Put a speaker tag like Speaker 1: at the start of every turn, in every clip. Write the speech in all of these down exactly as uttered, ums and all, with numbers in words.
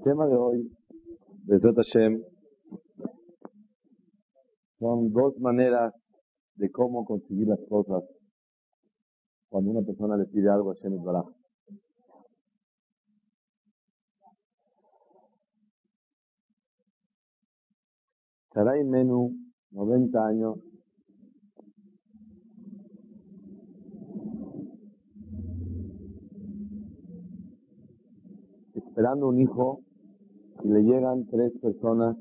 Speaker 1: tema de hoy, Bezrat Hashem, son dos maneras de cómo conseguir las cosas cuando una persona le pide algo a Hashem Yitbaraj. Sarai Menú, noventa años, esperando un hijo, y le llegan tres personas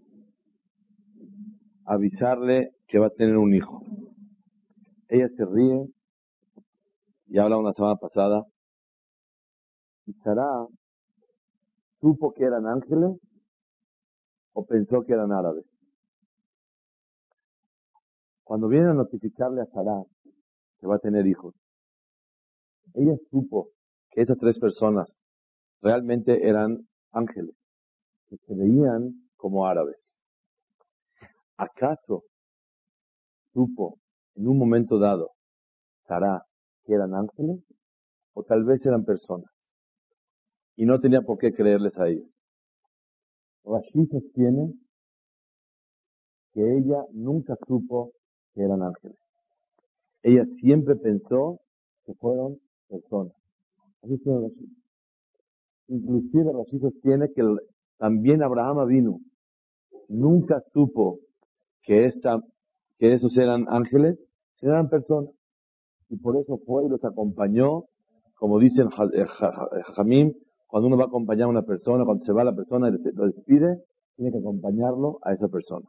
Speaker 1: a avisarle que va a tener un hijo. Ella se ríe, y habla una semana pasada, y Sará supo que eran ángeles o pensó que eran árabes. Cuando vienen a notificarle a Sará que va a tener hijos, ella supo que esas tres personas realmente eran ángeles, que se veían como árabes. ¿Acaso supo en un momento dado Sará que eran ángeles? O tal vez eran personas, y no tenía por qué creerles a ellos. Rashi sostiene que ella nunca supo que eran ángeles. Ella siempre pensó que fueron personas. Así es Rashi. Inclusive Rashi sostiene que el, también Abraham vino, nunca supo que esta, que esos eran ángeles, sino eran personas. Y por eso fue y los acompañó, como dicen Jamim, cuando uno va a acompañar a una persona, cuando se va la persona y lo despide, tiene que acompañarlo a esa persona.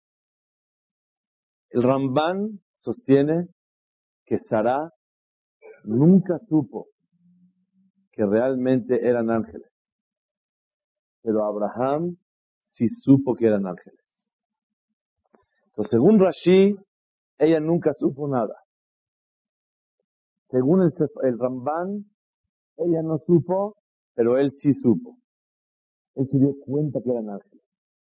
Speaker 1: El Ramban sostiene que Sará nunca supo que realmente eran ángeles, pero Abraham sí supo que eran ángeles. Entonces, según Rashi, ella nunca supo nada. Según el, el Ramban, ella no supo, pero él sí supo. Él se dio cuenta que eran ángeles.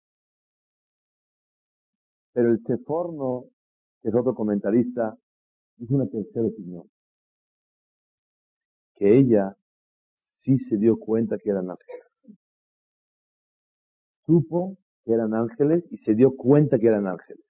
Speaker 1: Pero el Seforno, que es otro comentarista, dice una tercera opinión. Que ella sí se dio cuenta que eran ángeles. Supo que eran ángeles y se dio cuenta que eran ángeles.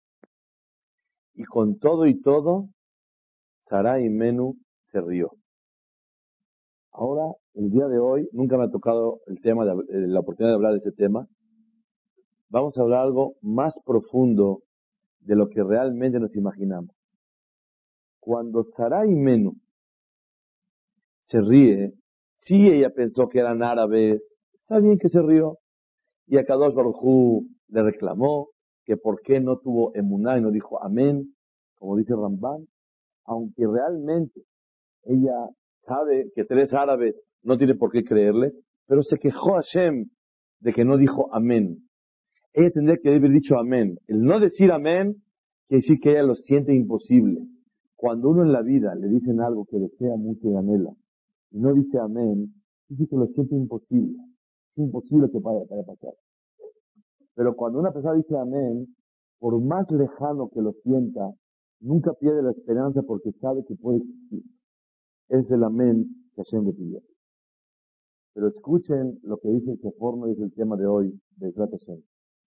Speaker 1: Y con todo y todo, Sarai Menú se rió. Ahora, el día de hoy, nunca me ha tocado el tema de, la oportunidad de hablar de ese tema. Vamos a hablar algo más profundo de lo que realmente nos imaginamos. Cuando Sarai Menú se ríe, sí ella pensó que eran árabes, está bien que se rió. Y a Kadosh Baruj Hu le reclamó que por qué no tuvo emuná y no dijo amén, como dice Ramban, aunque realmente ella sabe que tres árabes no tiene por qué creerle, pero se quejó a Hashem de que no dijo amén. Ella tendría que haber dicho amén. El no decir amén quiere decir que ella lo siente imposible. Cuando uno en la vida le dicen algo que desea mucho y anhela, y no dice amén, dice que lo siente imposible. Es imposible que vaya a pasar. Pero cuando una persona dice amén, por más lejano que lo sienta, nunca pierde la esperanza porque sabe que puede existir. Es el amén que Hashem le pidió. Pero escuchen lo que dice el Seforno, dice el tema de hoy, de Bezrat Hashem.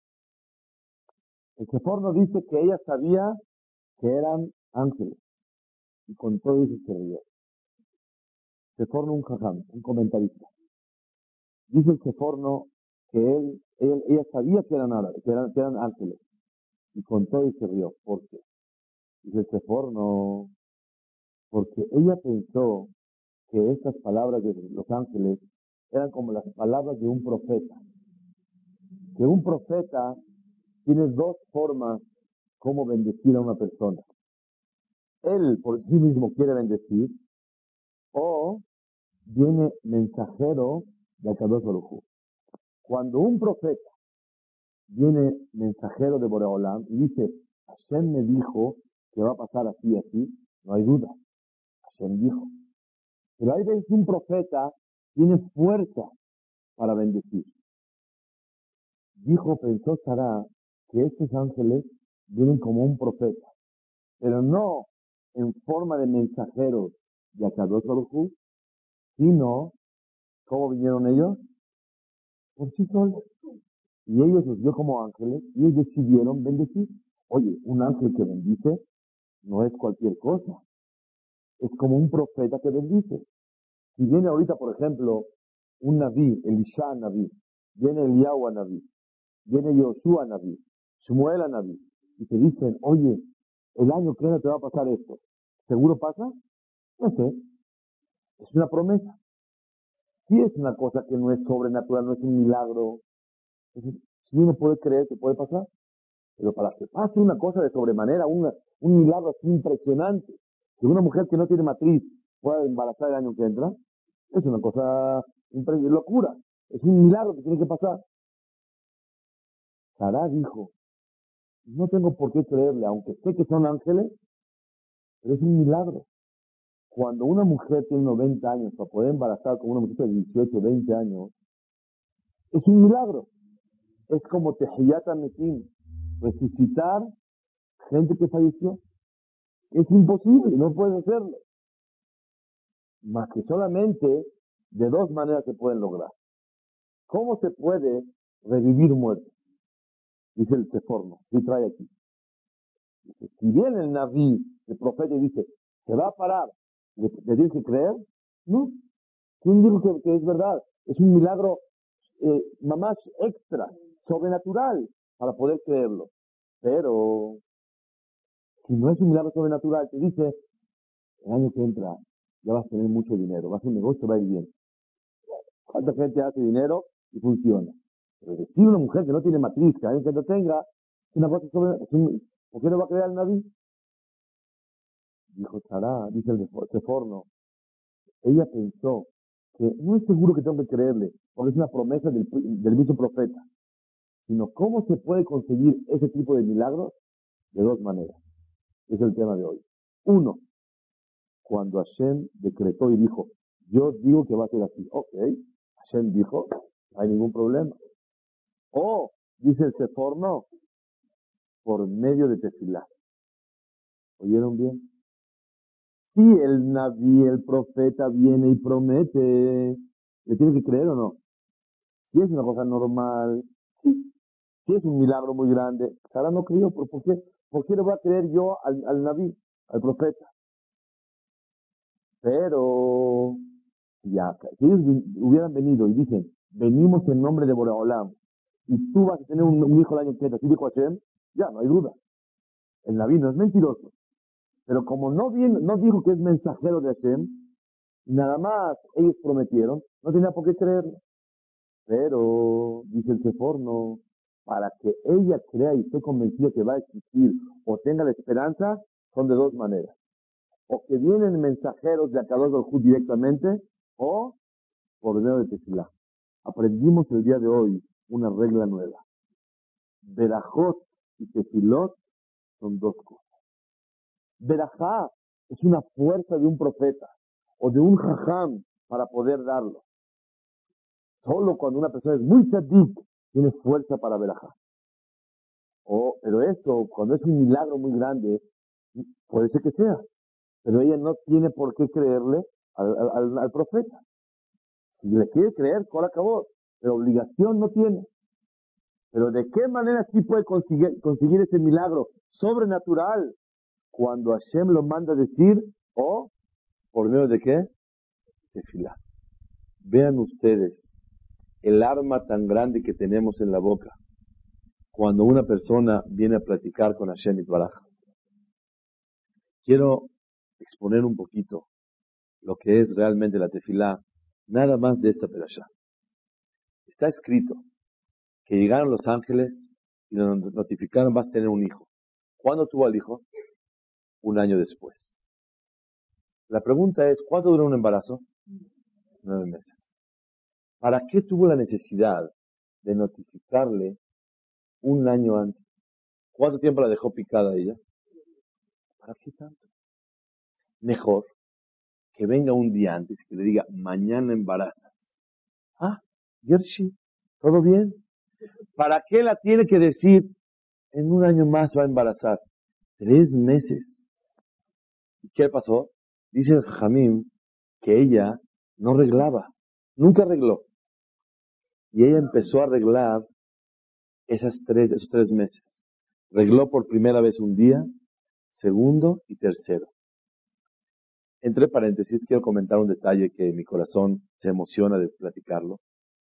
Speaker 1: El Seforno dice que ella sabía que eran ángeles, y con todo eso se rió. Seforno, un jajam, un comentarista. Dice el Seforno que él, él, ella sabía que eran árabes, que eran, que eran ángeles, y con todo eso se rió. ¿Por qué? Dice el Seforno, porque ella pensó que estas palabras de los ángeles eran como las palabras de un profeta. Que un profeta tiene dos formas como bendecir a una persona. Él por sí mismo quiere bendecir, o viene mensajero de Akadosh Baruj Hu. Cuando un profeta viene mensajero de Boreolam y dice, Hashem me dijo que va a pasar así y así, no hay duda. Hashem dijo. Pero hay veces que un profeta tiene fuerza para bendecir. Dijo, pensó Sará, que estos ángeles vienen como un profeta, pero no en forma de mensajeros de Akadosh Baruj Hu, sino, ¿cómo vinieron ellos? por sí solos. Y ellos los vio como ángeles y ellos decidieron bendecir. Oye, un ángel que bendice no es cualquier cosa. Es como un profeta que bendice. Si viene ahorita, por ejemplo, un Naví, Elisha Naví, viene Eliyahu Naví, viene Yoshua Naví, Shmuel Naví, y te dicen, oye, el año que viene te va a pasar esto. ¿Seguro pasa? No sé. Es una promesa. Si es una cosa que no es sobrenatural, no es un milagro, entonces, si uno puede creer que puede pasar, pero para que pase una cosa de sobremanera, una, un milagro así impresionante, que una mujer que no tiene matriz pueda embarazar el año que entra, es una cosa impresionante, locura, es un milagro que tiene que pasar. Sará dijo, no tengo por qué creerle, aunque sé que son ángeles, pero es un milagro. Cuando una mujer tiene noventa años para poder embarazar con una muchacha de dieciocho, veinte años, es un milagro. Es como Tehiyat Metim, resucitar gente que falleció. Es imposible, no puedes hacerlo. Más que solamente de dos maneras se pueden lograr. ¿Cómo se puede revivir muertos? Dice el Seforno, si trae aquí. Dice, si viene el Naví, el profeta, y dice, se va a parar, ¿le, le tienes que creer? No. ¿Quién dijo que, que es verdad? Es un milagro eh, más extra, sobrenatural, para poder creerlo. Pero, si no es un milagro sobrenatural, te dice, el año que entra ya vas a tener mucho dinero, vas a hacer un negocio, va a ir bien. ¿Cuánta gente hace dinero y funciona? Pero decir una mujer que no tiene matriz, que alguien que no tenga, es una cosa sobre, es un, ¿por qué no va a creer al Naví? Dijo Sará, dice el Seforno, ella pensó que no es seguro que tengo que creerle, porque es una promesa del, del mismo profeta, sino cómo se puede conseguir ese tipo de milagros de dos maneras. Es el tema de hoy. Uno, cuando Hashem decretó y dijo, yo digo que va a ser así. Ok, Hashem dijo, no hay ningún problema. O, dice el Seforno, por medio de Tefilá. ¿Oyeron bien? Si el Naví, el profeta, viene y promete, ¿le tiene que creer o no? Si es una cosa normal, sí. Si es un milagro muy grande, Sara no creyó, ¿por por qué? ¿Por qué le voy a creer yo al, al Naví, al profeta? Pero, ya, si ellos hubieran venido y dicen, venimos en nombre de Boreolam, y tú vas a tener un, un hijo el año que entra, ¿sí dijo Hashem? Ya, no hay duda. El Naví no es mentiroso. Pero como no, viene, no dijo que es mensajero de Hashem, nada más ellos prometieron, no tenía por qué creerlo. Pero, dice el Seforno, para que ella crea y esté convencida que va a existir o tenga la esperanza, son de dos maneras. O que vienen mensajeros de Akadosh Baruj Hu directamente, o por medio de Tefilá. Aprendimos el día de hoy una regla nueva. Berajot y Tefilot son dos cosas. Berajá es una fuerza de un profeta o de un jajam para poder darlo. Solo cuando una persona es muy tzadik tiene fuerza para berajá. O, pero esto, cuando es un milagro muy grande, puede ser que sea. Pero ella no tiene por qué creerle al, al, al profeta. Si le quiere creer, Cora acabó. Pero obligación no tiene. Pero ¿de qué manera sí puede conseguir, conseguir ese milagro sobrenatural? Cuando Hashem lo manda a decir, o por medio de qué? Tefilá. Vean ustedes el arma tan grande que tenemos en la boca cuando una persona viene a platicar con Hashem y Baraj. Quiero exponer un poquito lo que es realmente la tefilá, nada más de esta perashá. Está escrito que llegaron los ángeles y nos notificaron vas a tener un hijo. ¿Cuándo tuvo al hijo? Un año después. La pregunta es, ¿cuánto dura un embarazo? Nueve meses. ¿Para qué tuvo la necesidad de notificarle un año antes? ¿Cuánto tiempo la dejó picada ella? ¿Para qué tanto? Mejor que venga un día antes, que le diga, mañana embaraza. Ah, Gershi, ¿todo bien? ¿Para qué la tiene que decir, en un año más va a embarazar? Tres meses. ¿Y qué pasó? Dice el Jamim que ella no arreglaba, nunca arregló. Y ella empezó a arreglar esas tres, esos tres meses. Arregló por primera vez un día, segundo y tercero. Entre paréntesis, quiero comentar un detalle que mi corazón se emociona de platicarlo.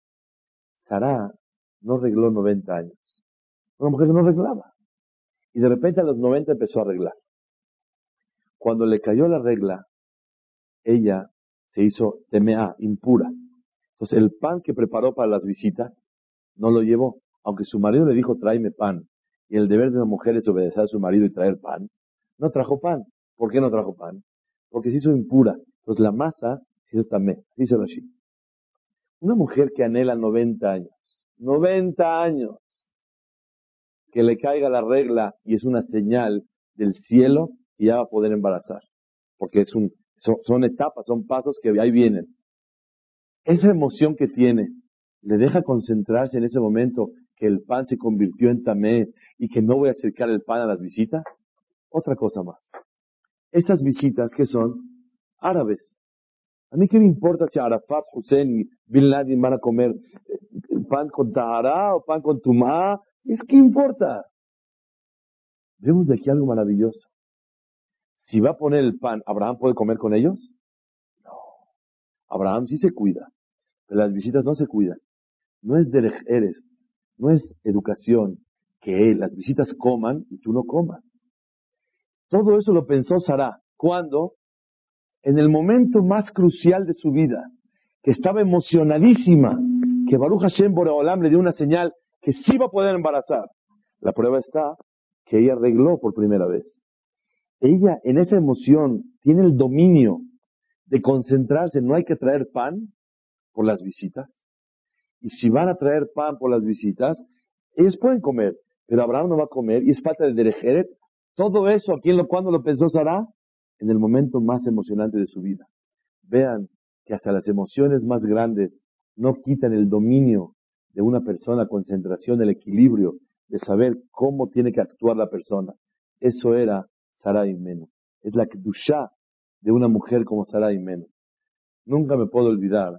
Speaker 1: Sará no arregló noventa años. Una mujer que no arreglaba. Y de repente a los noventa empezó a arreglar. Cuando le cayó la regla, ella se hizo temea, impura. Entonces el pan que preparó para las visitas no lo llevó. Aunque su marido le dijo, tráeme pan. Y el deber de una mujer es obedecer a su marido y traer pan. No trajo pan. ¿Por qué no trajo pan? Porque se hizo impura. Entonces la masa se hizo tamé. Dice Rashi. Una mujer que anhela noventa años. noventa años. Que le caiga la regla y es una señal del cielo y ya va a poder embarazar. Porque es un, son, son etapas, son pasos que ahí vienen. Esa emoción que tiene, le deja concentrarse en ese momento que el pan se convirtió en tamé y que no voy a acercar el pan a las visitas. Otra cosa más. Estas visitas, ¿qué son? Árabes. A mí qué me importa si Arafat, Hussein y Bin Laden van a comer pan con tahara o pan con tumá. Es que importa. Vemos de aquí algo maravilloso. Si va a poner el pan, ¿Abraham puede comer con ellos? No. Abraham sí se cuida, pero las visitas no se cuidan. No es derech eres, no es educación que las visitas coman y tú no comas. Todo eso lo pensó Sará. ¿Cuándo? En el momento más crucial de su vida, que estaba emocionadísima, que Baruch Hashem Boreolam le dio una señal que sí va a poder embarazar. La prueba está que ella arregló por primera vez. Ella en esa emoción tiene el dominio de concentrarse. No hay que traer pan por las visitas. Y si van a traer pan por las visitas, ellos pueden comer, pero Abraham no va a comer y es falta de derecheret. Todo eso, ¿a quién lo, cuándo lo pensó Sará? En el momento más emocionante de su vida. Vean que hasta las emociones más grandes no quitan el dominio de una persona, concentración, el equilibrio de saber cómo tiene que actuar la persona. Eso era Sará Imenu. Es la kedushá de una mujer como Sará Imenu. Nunca me puedo olvidar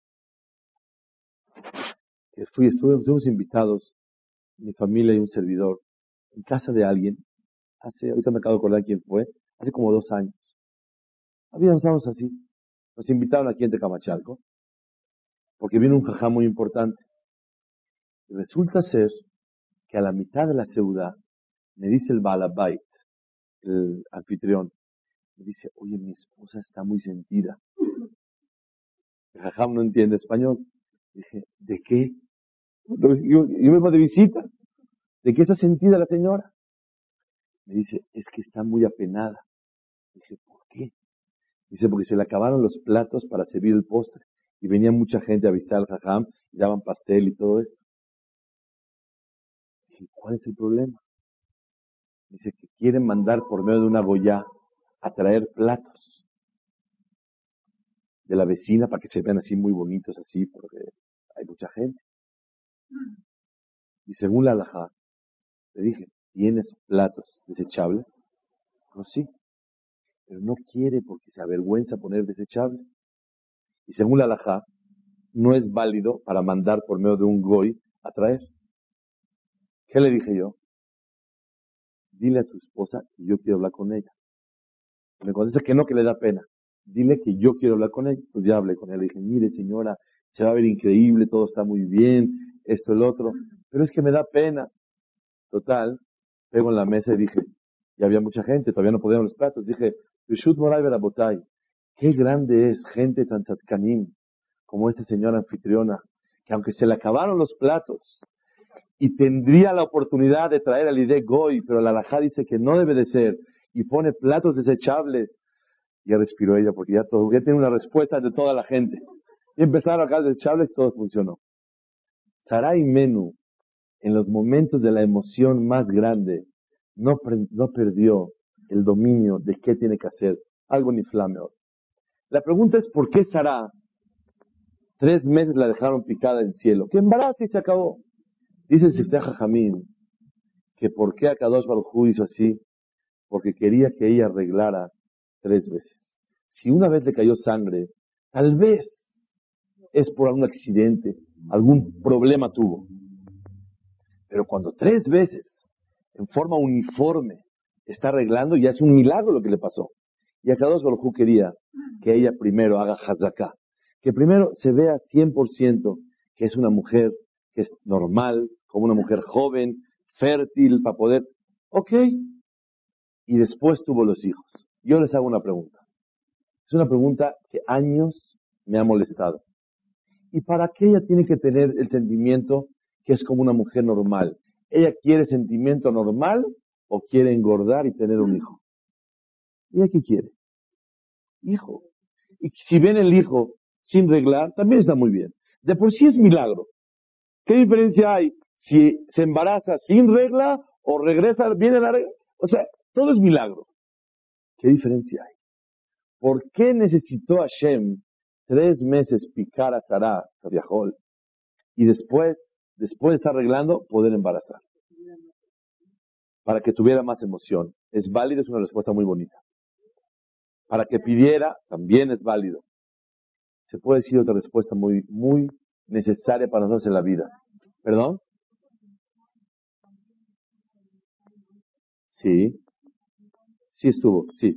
Speaker 1: que fui, estuve, estuvimos invitados, mi familia y un servidor, en casa de alguien, hace, ahorita me acabo de acordar quién fue, hace como dos años. Habíamos así. Nos invitaron aquí en Tecamachalco, porque vino un jajá muy importante. Y resulta ser que a la mitad de la ciudad me dice el Balabait, el anfitrión, me dice, oye, mi esposa está muy sentida. El jajam no entiende español. Dije, ¿de qué? Yo, yo vengo de visita. ¿De qué está sentida la señora? Me dice, es que está muy apenada. Dije, ¿por qué? Dice, porque se le acabaron los platos para servir el postre. Y venía mucha gente a visitar al jajam y daban pastel y todo esto. Dije, ¿cuál es el problema? Dice que quieren mandar por medio de una goya a traer platos de la vecina para que se vean así muy bonitos, así, porque hay mucha gente. Y según la halajá, le dije, ¿tienes platos desechables? No, sí, pero no quiere porque se avergüenza poner desechables. Y según la halajá, no es válido para mandar por medio de un goy a traer. ¿Qué le dije yo? Dile a tu esposa que yo quiero hablar con ella. Me contesta que no, que le da pena. Dile que yo quiero hablar con ella. Pues ya hablé con ella. Le dije, mire señora, se va a ver increíble, todo está muy bien, esto, el otro. Pero es que me da pena. Total, pego en la mesa y dije, y había mucha gente, todavía no podíamos los platos. Dije, Rishut Moray Berabotay, qué grande es gente tan tzadkanim como esta señora anfitriona, que aunque se le acabaron los platos y tendría la oportunidad de traer al Ide Goy, pero la halajá dice que no debe de ser, y pone platos desechables, ya respiró ella porque ya, todo, ya tiene una respuesta de toda la gente. Y empezaron acá desechables, todo funcionó. Sarai Menú, en los momentos de la emoción más grande, no, no perdió el dominio de qué tiene que hacer. Algo ni flameor. La pregunta es, ¿por qué Sará tres meses la dejaron picada en el cielo? Que embarazo y se acabó. Dice el Sifteh Jajamín que por qué Akadosh Baruj Hu hizo así, porque quería que ella arreglara tres veces. Si una vez le cayó sangre, tal vez es por algún accidente, algún problema tuvo. Pero cuando tres veces, en forma uniforme, está arreglando, ya es un milagro lo que le pasó. Y Akadosh Baruj Hu quería que ella primero haga hazaká, que primero se vea cien por ciento que es una mujer que es normal, como una mujer joven, fértil, para poder, ok, y después tuvo los hijos. Yo les hago una pregunta. Es una pregunta que años me ha molestado. ¿Y para qué ella tiene que tener el sentimiento que es como una mujer normal? ¿Ella quiere sentimiento normal o quiere engordar y tener un hijo? ¿Ella qué quiere? Hijo. Y si viene el hijo sin reglar, también está muy bien. De por sí es milagro. ¿Qué diferencia hay si se embaraza sin regla o regresa, viene la regla? O sea, todo es milagro. ¿Qué diferencia hay? ¿Por qué necesitó Hashem tres meses picar a Sarah, a Viajol, y después, después de estar arreglando, poder embarazar? Para que tuviera más emoción. Es válido, es una respuesta muy bonita. Para que pidiera, también es válido. Se puede decir otra respuesta muy, muy necesaria para nosotros en la vida. ¿Perdón? Sí. Sí estuvo, sí.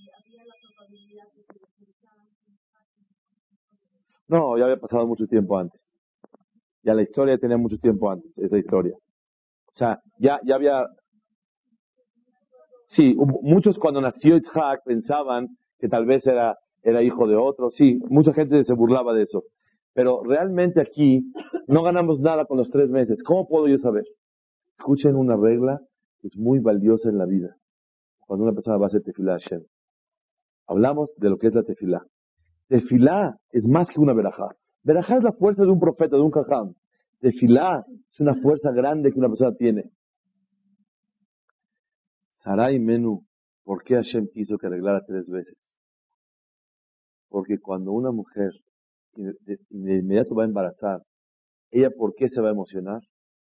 Speaker 1: No, ya había pasado mucho tiempo antes. Ya la historia tenía mucho tiempo antes, esa historia. O sea, ya, ya había... Sí, hubo- muchos cuando nació Isaac pensaban que tal vez era, era hijo de otro. Sí, mucha gente se burlaba de eso. Pero realmente aquí no ganamos nada con los tres meses. ¿Cómo puedo yo saber? Escuchen una regla que es muy valiosa en la vida. Cuando una persona va a hacer tefilá a Hashem. Hablamos de lo que es la tefilá. Tefilá es más que una verajá. Verajá es la fuerza de un profeta, de un jajam. Tefilá es una fuerza grande que una persona tiene. Sarai Menú, ¿por qué Hashem quiso que arreglara tres veces? Porque cuando una mujer de, de- de inmediato va a embarazar, ¿ella por qué se va a emocionar?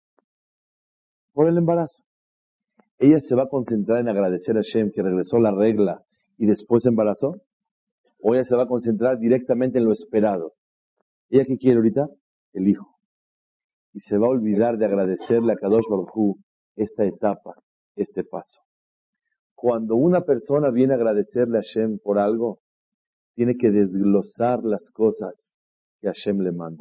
Speaker 1: Por el embarazo. ¿Ella se va a concentrar en agradecer a Hashem que regresó la regla y después se embarazó? ¿O ella se va a concentrar directamente en lo esperado? ¿Ella qué quiere ahorita? El hijo. Y se va a olvidar de agradecerle a Kadosh Baruj Hu esta etapa, este paso. Cuando una persona viene a agradecerle a Hashem por algo, tiene que desglosar las cosas que Hashem le manda.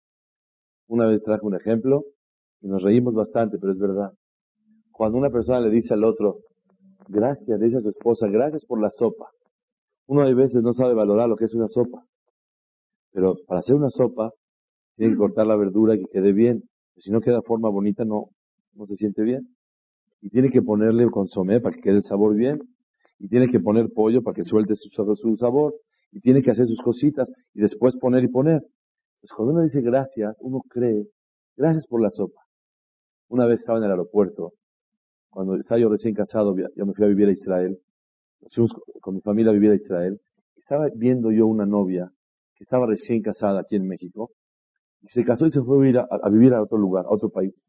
Speaker 1: Una vez traje un ejemplo y nos reímos bastante, pero es verdad. Cuando una persona le dice al otro, gracias, le dice a su esposa, gracias por la sopa. Uno a veces no sabe valorar lo que es una sopa. Pero para hacer una sopa, tiene que cortar la verdura y que quede bien. Si no queda de forma bonita, no, no se siente bien. Y tiene que ponerle el consomé para que quede el sabor bien. Y tiene que poner pollo para que suelte su, su sabor. Y tiene que hacer sus cositas y después poner y poner. Pues cuando uno dice gracias, uno cree, gracias por la sopa. Una vez estaba en el aeropuerto, cuando estaba yo recién casado, yo me fui a vivir a Israel. Nos fuimos con mi familia a vivir a Israel. Estaba viendo yo una novia que estaba recién casada aquí en México. Y se casó y se fue a vivir a, a vivir a otro lugar, a otro país.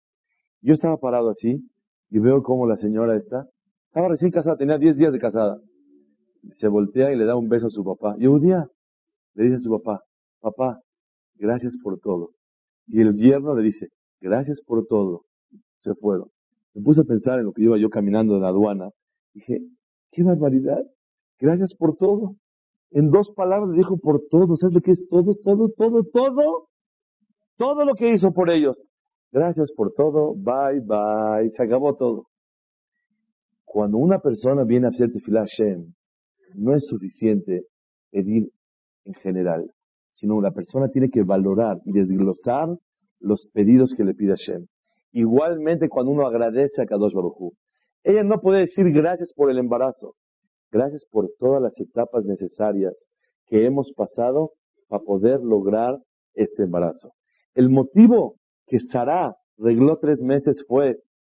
Speaker 1: Yo estaba parado así y veo cómo la señora está. Estaba recién casada, tenía diez días de casada. Se voltea y le da un beso a su papá. Y un día le dice a su papá, papá, gracias por todo. Y el yerno le dice, gracias por todo. Se fueron. Me puse a pensar en lo que iba yo caminando en la aduana. Dije, qué barbaridad. Gracias por todo. En dos palabras le dijo por todo. ¿Sabes lo que es todo, todo, todo, todo? Todo lo que hizo por ellos. Gracias por todo. Bye, bye. Se acabó todo. Cuando una persona viene a hacer tefilá a Hashem, no es suficiente pedir en general, sino la persona tiene que valorar y desglosar los pedidos que le pide Hashem. Igualmente cuando uno agradece a Kadosh Baruj Hu. Ella no puede decir gracias por el embarazo, gracias por todas las etapas necesarias que hemos pasado para poder lograr este embarazo. El motivo que Sarah regló tres meses fue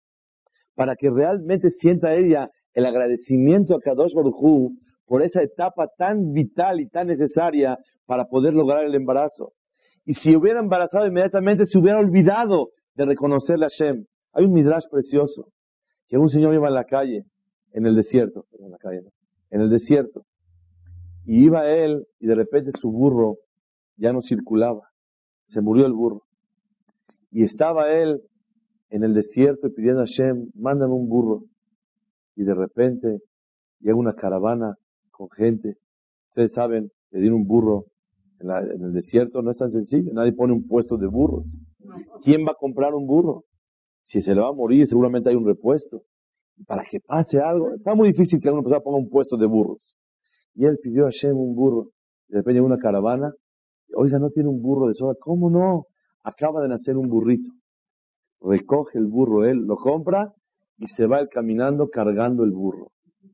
Speaker 1: para que realmente sienta ella el agradecimiento a Kadosh Baruj Hu por esa etapa tan vital y tan necesaria para poder lograr el embarazo. Y si hubiera embarazado inmediatamente, se hubiera olvidado de reconocerle a Hashem. Hay un midrash precioso, que un señor iba en la calle, en el desierto, en la calle, ¿no? en el desierto, y iba él, y de repente su burro ya no circulaba. se murió el burro. Y estaba él en el desierto pidiendo a Hashem, mándame un burro. Y de repente llega una caravana con gente. Ustedes saben, pedir un burro en, la, en el desierto no es tan sencillo. Nadie pone un puesto de burros. ¿Quién va a comprar un burro? Si se le va a morir, seguramente hay un repuesto. Y para que pase algo, está muy difícil que una persona ponga un puesto de burros. Y él pidió a Hashem un burro. Y de repente llega una caravana. Oiga, no tiene un burro de soda. ¿Cómo no? Acaba de nacer un burrito. Recoge el burro él, lo compra y se va él caminando cargando el burro.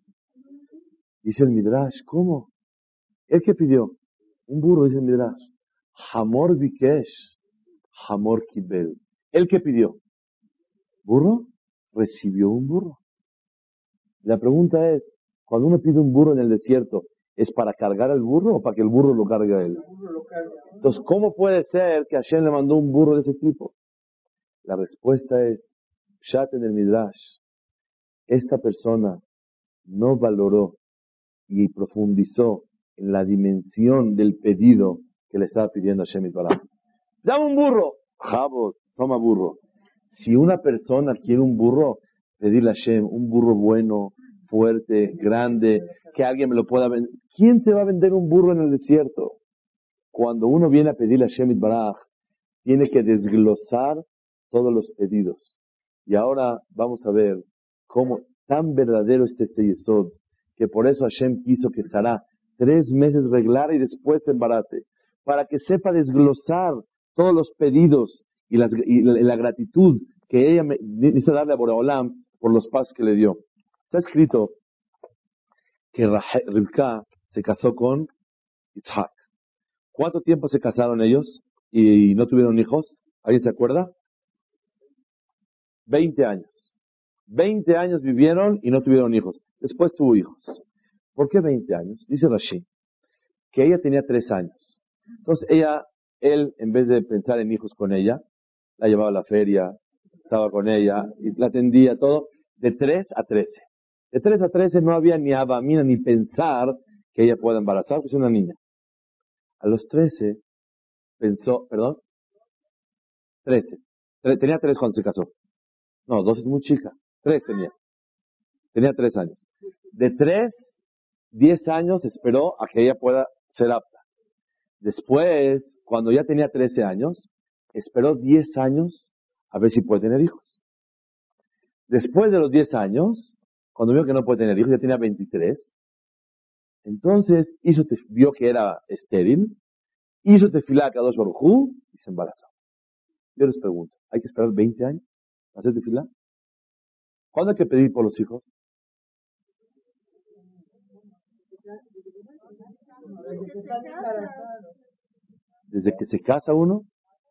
Speaker 1: Dice el Midrash, ¿cómo? ¿Él qué pidió? Un burro, dice el Midrash. Hamor Bikesh, Hamor Kibel. ¿Él qué pidió? ¿Burro? Recibió un burro. La pregunta es, cuando uno pide un burro en el desierto, ¿es para cargar al burro o para que el burro lo cargue a él? Entonces, ¿cómo puede ser que Hashem le mandó un burro de ese tipo? La respuesta es, Pshat en el Midrash, esta persona no valoró y profundizó en la dimensión del pedido que le estaba pidiendo a Hashem Yitbaraj. ¡Dame un burro! Jabot, toma burro. Si una persona quiere un burro, pedirle a Hashem un burro bueno, fuerte, grande, que alguien me lo pueda vender. ¿Quién te va a vender un burro en el desierto? Cuando uno viene a pedirle a Hashem Yitbaraj, tiene que desglosar todos los pedidos. Y ahora vamos a ver cómo tan verdadero es este yesod, que por eso Hashem quiso que Sarah tres meses reglara y después se embarace, para que sepa desglosar todos los pedidos y, las, y la, la gratitud que ella me, hizo darle a Boreolam por los pasos que le dio. Está escrito que Rivka se casó con Yitzhak. ¿Cuánto tiempo se casaron ellos y no tuvieron hijos? ¿Alguien se acuerda? Veinte años. Veinte años vivieron y no tuvieron hijos. Después tuvo hijos. ¿Por qué veinte años? Dice Rashi que ella tenía tres años. Entonces ella, él, en vez de pensar en hijos con ella, la llevaba a la feria, estaba con ella y la atendía todo, de tres a trece. De tres a trece no había ni abamina ni pensar que ella pueda embarazar, porque es una niña. A los trece pensó, perdón, trece. Tenía tres cuando se casó. No, dos es muy chica. Tres tenía. Tenía tres años. De tres, diez años esperó a que ella pueda ser apta. Después, cuando ya tenía trece años, esperó diez años a ver si puede tener hijos. Después de los diez años, cuando vio que no puede tener hijos, ya tenía veintitrés. Entonces, hizo, vio que era estéril, hizo tefilá a Kadosh Baruj Hu y se embarazó. Yo les pregunto, ¿hay que esperar veinte años para hacer tefilá? ¿Cuándo hay que pedir por los hijos? Desde que se casa uno.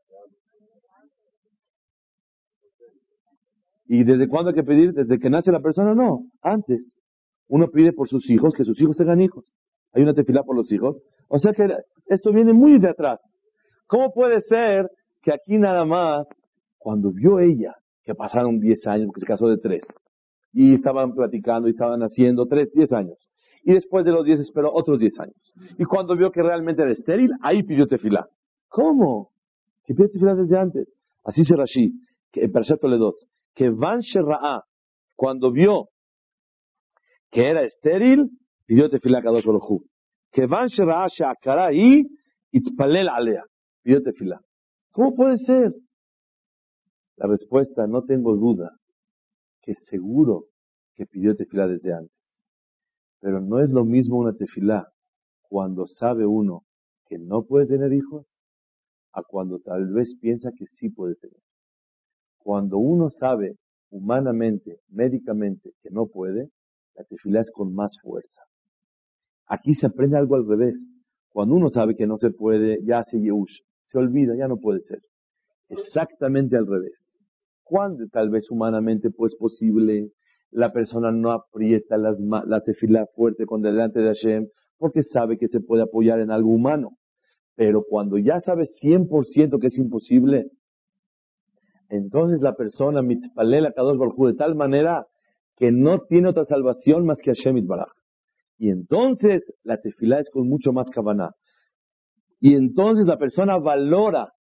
Speaker 1: ¿Y desde cuándo hay que pedir? ¿Desde que nace la persona? No, antes. Uno pide por sus hijos, que sus hijos tengan hijos. Hay una tefilá por los hijos. O sea que esto viene muy de atrás. ¿Cómo puede ser que aquí nada más, cuando vio ella, que pasaron diez años, porque se casó de tres, y estaban platicando y estaban haciendo tres, diez años, y después de los diez esperó otros diez años, y cuando vio que realmente era estéril, ahí pidió tefilá? ¿Cómo? Que pidió tefilá desde antes. Así dice Rashi, que en Parashat Toledot, que Van Shera'a, cuando vio que era estéril, pidió tefilá a Kadosh Baruj Hu. Que Van Shera'a she'akara y itpalel alea, pidió tefilá. ¿Cómo puede ser? La respuesta, no tengo duda, que seguro que pidió tefilá desde antes. Pero no es lo mismo una tefilá cuando sabe uno que no puede tener hijos, a cuando tal vez piensa que sí puede tener. Cuando uno sabe humanamente, médicamente, que no puede, la tefilá es con más fuerza. Aquí se aprende algo al revés. Cuando uno sabe que no se puede, ya hace yeush, se olvida, ya no puede ser. Exactamente al revés. Cuando tal vez humanamente pues posible, la persona no aprieta las, la tefilá fuerte con delante de Hashem, porque sabe que se puede apoyar en algo humano. Pero cuando ya sabe cien por ciento que es imposible, entonces la persona mitpalela Kadosh Baruj Hu de tal manera que no tiene otra salvación más que Hashem Yitbaraj. Y entonces la tefilá es con mucho más kavaná. Y entonces la persona valora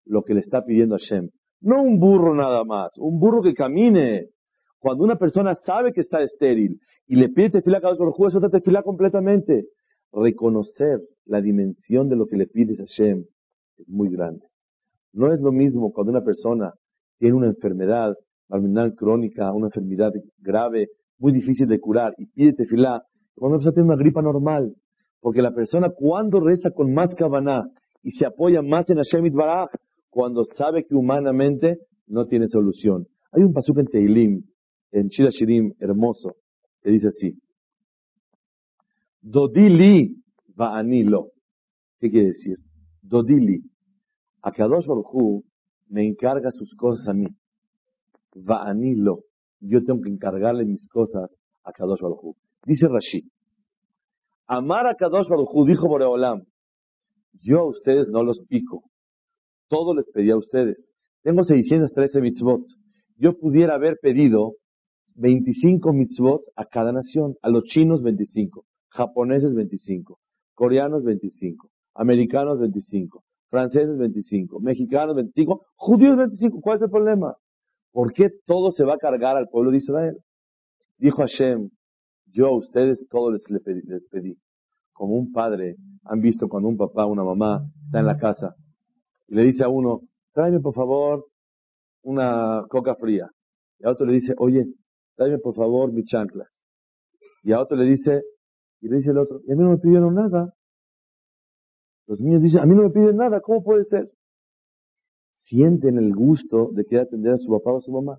Speaker 1: lo que le está pidiendo Hashem. No un burro nada más, un burro que camine. Cuando una persona sabe que está estéril y le pide tefilá a Kadosh Baruj Hu, es otra tefilá completamente. Reconocer la dimensión de lo que le pides a Hashem es muy grande. No es lo mismo cuando una persona tiene una enfermedad terminal crónica, una enfermedad grave, muy difícil de curar, y pide tefilá, cuando una persona tiene una gripa normal. Porque la persona cuando reza con más kavaná y se apoya más en Hashem Yitbaraj, cuando sabe que humanamente no tiene solución. Hay un pasuk en Teilim, en Shir Shirim, hermoso, que dice así: Dodili va'ani lo. ¿Qué quiere decir? Dodili. Akadosh Baruj Hu me encarga sus cosas a mí. Va'ani lo. Yo tengo que encargarle mis cosas a Akadosh Baruj Hu. Dice Rashi: Amar a Akadosh Baruj Hu, dijo Boreolam, yo a ustedes no los pico. Todo les pedí a ustedes. Tengo seiscientos trece mitzvot. Yo pudiera haber pedido veinticinco mitzvot a cada nación. A los chinos veinticinco, japoneses veinticinco, coreanos veinticinco, americanos veinticinco, franceses veinticinco, mexicanos veinticinco, judíos veinticinco. ¿Cuál es el problema? ¿Por qué todo se va a cargar al pueblo de Israel? Dijo Hashem, yo a ustedes todo les, les pedí, les pedí. Como un padre, han visto cuando un papá o una mamá está en la casa y le dice a uno, tráeme por favor una coca fría. Y a otro le dice, oye, tráeme por favor mis chanclas. Y a otro le dice, y le dice el otro, y a mí no me pidieron nada. Los niños dicen, a mí no me piden nada, ¿cómo puede ser? Sienten el gusto de querer atender a su papá o a su mamá.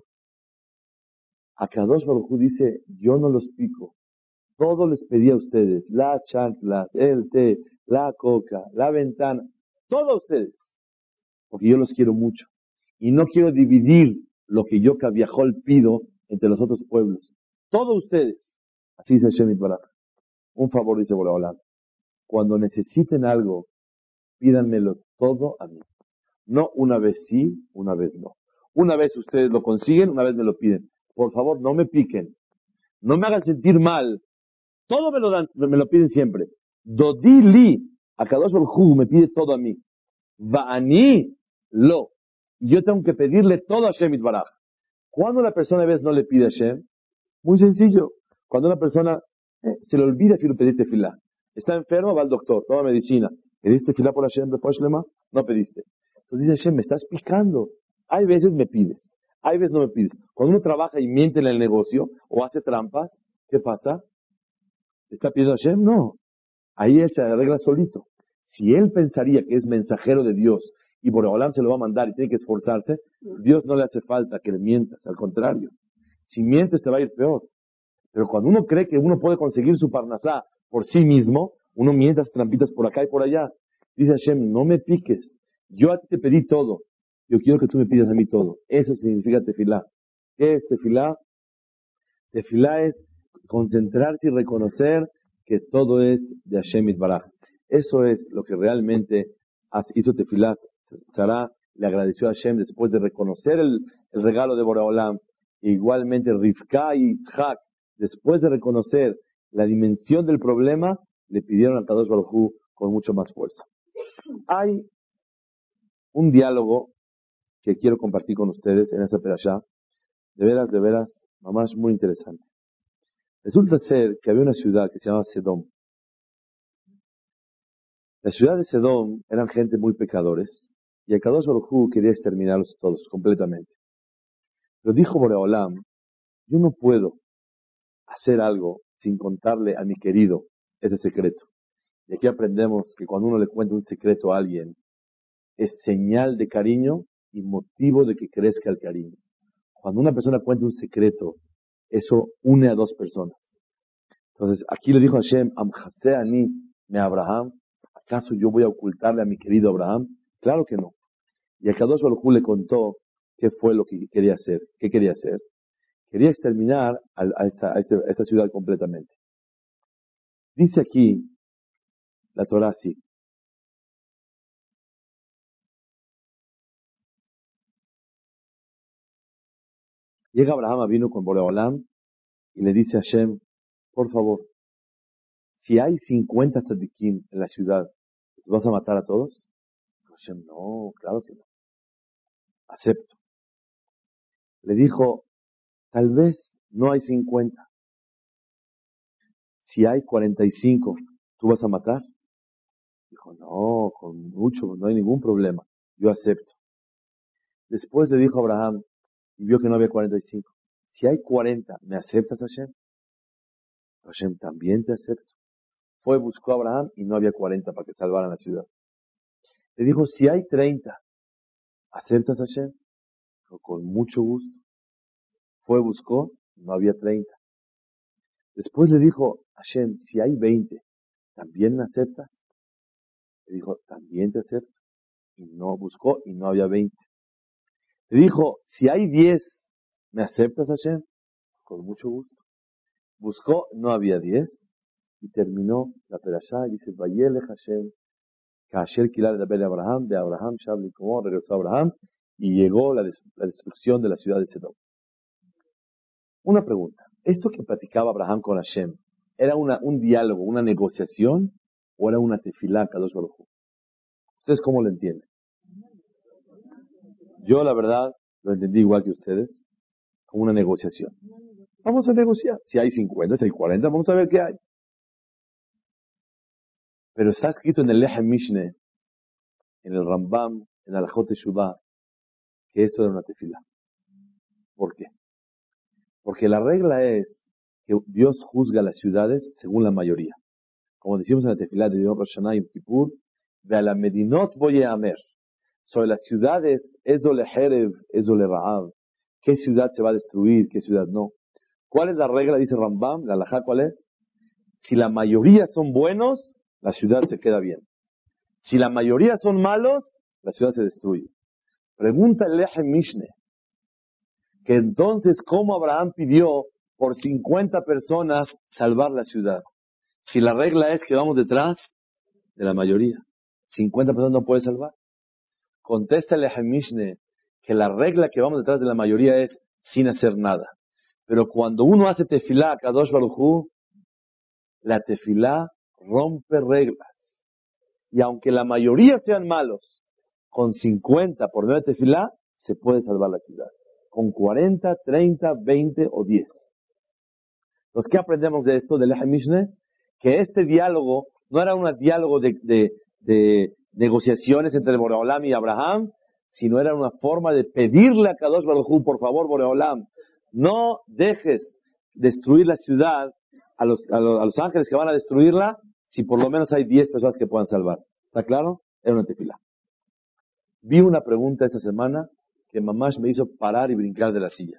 Speaker 1: Akadosh Baruj Hu dice, yo no los pico. Todo les pedí a ustedes, la chancla, el té, la coca, la ventana, todo a ustedes. Porque yo los quiero mucho. Y no quiero dividir lo que yo Kaviahol pido entre los otros pueblos. Todos ustedes. Así dice Hashem Yitbaraj. Un favor, dice Boreolam. Cuando necesiten algo, pídanmelo todo a mí. No una vez sí, una vez no. Una vez ustedes lo consiguen, una vez me lo piden. Por favor, no me piquen. No me hagan sentir mal. Todo me lo dan, me lo piden siempre. Dodili, Akadosh Baruj Hu me pide todo a mí. Va'ani lo. Yo tengo que pedirle todo a Hashem Yitbaraj. Cuando la persona a veces no le pide a Hashem, muy sencillo. Cuando una persona eh, se le olvida que pedir tefilá. Está enfermo, va al doctor, toma medicina. ¿Pediste tefilá por Hashem después Shlema? No pediste. Entonces dice Hashem, me estás picando. Hay veces me pides, hay veces no me pides. Cuando uno trabaja y miente en el negocio o hace trampas, ¿qué pasa? ¿Está pidiendo a Hashem? No. Ahí él se arregla solito. Si él pensaría que es mensajero de Dios y Boreolam se lo va a mandar y tiene que esforzarse, Dios no le hace falta que le mientas, al contrario. Si mientes te va a ir peor. Pero cuando uno cree que uno puede conseguir su parnasá por sí mismo, uno miente trampitas por acá y por allá. Dice Hashem, no me piques. Yo a ti te pedí todo. Yo quiero que tú me pidas a mí todo. Eso significa tefilá. ¿Qué es tefilá? Tefilá es concentrarse y reconocer que todo es de Hashem Yitbaraj. Eso es lo que realmente hizo Tefilá. Sará le agradeció a Hashem después de reconocer el, el regalo de Boreolam. E igualmente Rivka y Yitzhak, después de reconocer la dimensión del problema, le pidieron a Kadosh Baruj Hu con mucho más fuerza. Hay un diálogo que quiero compartir con ustedes en esta perashá. De veras, de veras, mamás, muy interesante. Resulta ser que había una ciudad que se llamaba Sedom. La ciudad de Sedom eran gente muy pecadores y el Kadosh Baruj Hu quería exterminarlos todos completamente. Pero dijo Boreolam, yo no puedo hacer algo sin contarle a mi querido ese secreto. Y aquí aprendemos que cuando uno le cuenta un secreto a alguien, es señal de cariño y motivo de que crezca el cariño. Cuando una persona cuenta un secreto, eso une a dos personas. Entonces, aquí le dijo a Hashem, Amjase ani me Abraham, ¿acaso yo voy a ocultarle a mi querido Abraham? Claro que no. Y a Kadosh Baruj Hu le contó qué fue lo que quería hacer. ¿Qué quería hacer? Quería exterminar a, a, esta, a, este, a esta ciudad completamente. Dice aquí la Torah así. Llega Abraham, vino con Boreolam y le dice a Hashem, por favor, si hay cincuenta tzadikim en la ciudad, ¿los vas a matar a todos? Hashem, no, claro que no. acepto. Le dijo, tal vez no hay cincuenta. Si hay cuarenta y cinco, ¿tú vas a matar? Dijo, no, con mucho, no hay ningún problema. Yo acepto. Después le dijo a Abraham, y vio que no había cuarenta y cinco. Si hay cuarenta, ¿me aceptas, Hashem? Hashem, también te acepto. Fue, buscó a Abraham y no había cuarenta para que salvaran la ciudad. Le dijo, si hay treinta, ¿aceptas, Hashem? Dijo, con mucho gusto. Fue, buscó, no había treinta. Después le dijo, Hashem, si hay veinte, ¿también me aceptas? Le dijo, también te acepto. Y no buscó y no había veinte. Le dijo, si hay diez, ¿me aceptas, Hashem? Con mucho gusto. Buscó, no había diez. Y terminó la perashá y dice, Vayele Hashem, Kasher Kilar de Abraham, de Abraham, Shabli como regresó a Abraham, y llegó la, des- la destrucción de la ciudad de Sedom. Una pregunta, ¿esto que platicaba Abraham con Hashem, era una, un diálogo, una negociación, o era una tefilá, Kadosh Baruj Hu? ¿Ustedes cómo lo entienden? Yo, la verdad, lo entendí igual que ustedes, como una negociación. Vamos a negociar. Si hay cincuenta, si hay cuarenta, vamos a ver qué hay. Pero está escrito en el Lechem Mishneh, en el Rambam, en el Alajot Teshuvah, que esto era una tefilá. ¿Por qué? Porque la regla es que Dios juzga las ciudades según la mayoría. Como decimos en la tefilá de Yom Rosh Hashanah y Yom Kippur, de a la Medinot voy a amer. Sobre las ciudades, eso le Herev, eso le Ra'av. ¿Qué ciudad se va a destruir? ¿Qué ciudad no? ¿Cuál es la regla? Dice Rambam, la halajá, ¿cuál es? Si la mayoría son buenos, la ciudad se queda bien. Si la mayoría son malos, la ciudad se destruye. Pregunta el Lechem Mishneh, que entonces, ¿cómo Abraham pidió por cincuenta personas salvar la ciudad? Si la regla es que vamos detrás de la mayoría, cincuenta personas no puede salvar. Contesta el Lechem Mishneh que la regla que vamos detrás de la mayoría es sin hacer nada. Pero cuando uno hace tefilá a Kadosh Baruj Hu, la tefilá rompe reglas. Y aunque la mayoría sean malos, con cincuenta por medio de tefilá, se puede salvar la ciudad. Con cuarenta, treinta, veinte o diez. Entonces, ¿qué aprendemos de esto, del Lechem Mishneh? Que este diálogo no era un diálogo de, de, de negociaciones entre Boreolam y Abraham, sino era una forma de pedirle a Kadosh Baruj Hu, por favor, Boreolam, no dejes destruir la ciudad a los, a los, a los ángeles que van a destruirla, si por lo menos hay diez personas que puedan salvar. ¿Está claro? Era una tefilá. Vi una pregunta esta semana que mamás me hizo parar y brincar de la silla.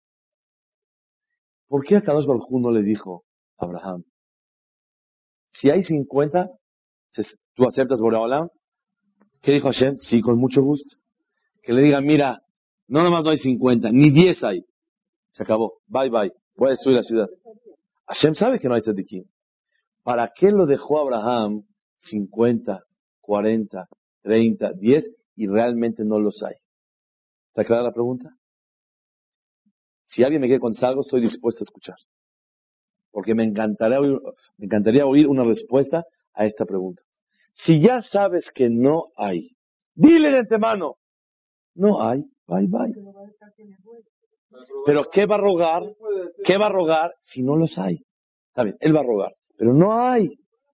Speaker 1: ¿Por qué a Kadosh Baruj Hu no le dijo a Abraham, si hay cincuenta, ¿tú aceptas Boreolam? ¿Qué dijo Hashem? Sí, con mucho gusto. Que le diga, mira, no nomás no hay cincuenta, ni diez hay. Se acabó. Bye, bye. Voy a destruir la ciudad. Hashem sabe que no hay tzadikim. ¿Para qué lo dejó Abraham cincuenta, cuarenta, treinta, diez y realmente no los hay? ¿Está clara la pregunta? Si alguien me quiere contar algo, estoy dispuesto a escuchar. Porque me encantaría oír, me encantaría oír una respuesta a esta pregunta. Si ya sabes que no hay, dile de antemano, no hay, bye, bye. Pero ¿qué va a rogar? ¿Qué va a rogar si no los hay? Está bien, él va a rogar, pero no hay.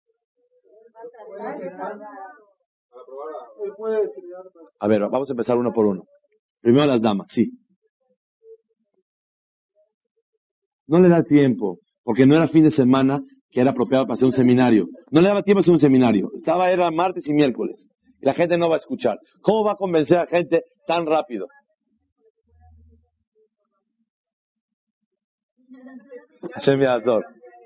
Speaker 1: A ver, vamos a empezar uno por uno. Primero las damas, sí. No le da tiempo, porque no era fin de semana que era apropiado para hacer un seminario. No le daba tiempo a hacer un seminario. Estaba, era martes y miércoles. Y la gente no va a escuchar. ¿Cómo va a convencer a la gente tan rápido? Hashem Yazor.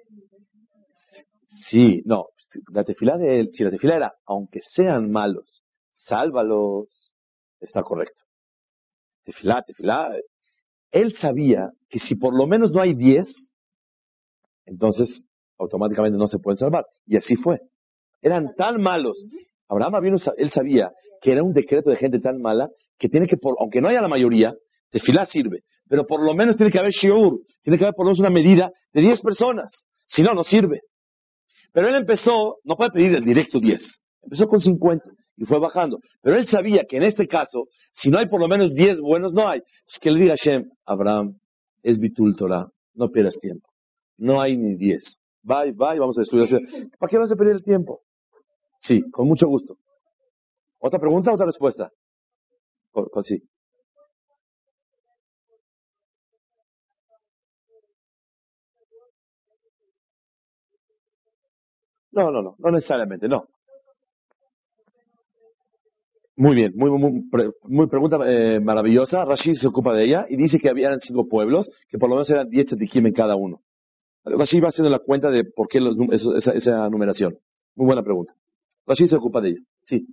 Speaker 1: Sí, no. La tefilá de él, si la tefilá era, aunque sean malos, sálvalos, está correcto. Tefilá, tefilá. Él sabía que si por lo menos no hay diez, entonces automáticamente no se pueden salvar. Y así fue. Eran tan malos. Abraham vino, él sabía que era un decreto de gente tan mala que tiene que, por, aunque no haya la mayoría, tefilá sirve. Pero por lo menos tiene que haber shiur, tiene que haber por lo menos una medida de diez personas. Si no, no sirve. Pero él empezó, no puede pedir el directo diez. Empezó con cincuenta. y fue bajando. Pero él sabía que en este caso, si no hay por lo menos diez buenos, no hay. Es que le diga a Hashem, Abraham, es Bitul Torah, no pierdas tiempo. No hay ni diez. Bye, bye, vamos a estudiar. ¿Para qué vas a perder el tiempo? Sí, con mucho gusto. ¿Otra pregunta o otra respuesta? Con, con sí. No, no, no, no necesariamente, no. Muy bien, muy, muy, pre- muy pregunta eh, maravillosa. Rashi se ocupa de ella y dice que habían cinco pueblos, que por lo menos eran diez tzadikim en cada uno. Rashi va haciendo la cuenta de por qué los num- eso- esa, esa numeración. Muy buena pregunta. Rashi se ocupa de ella. Sí,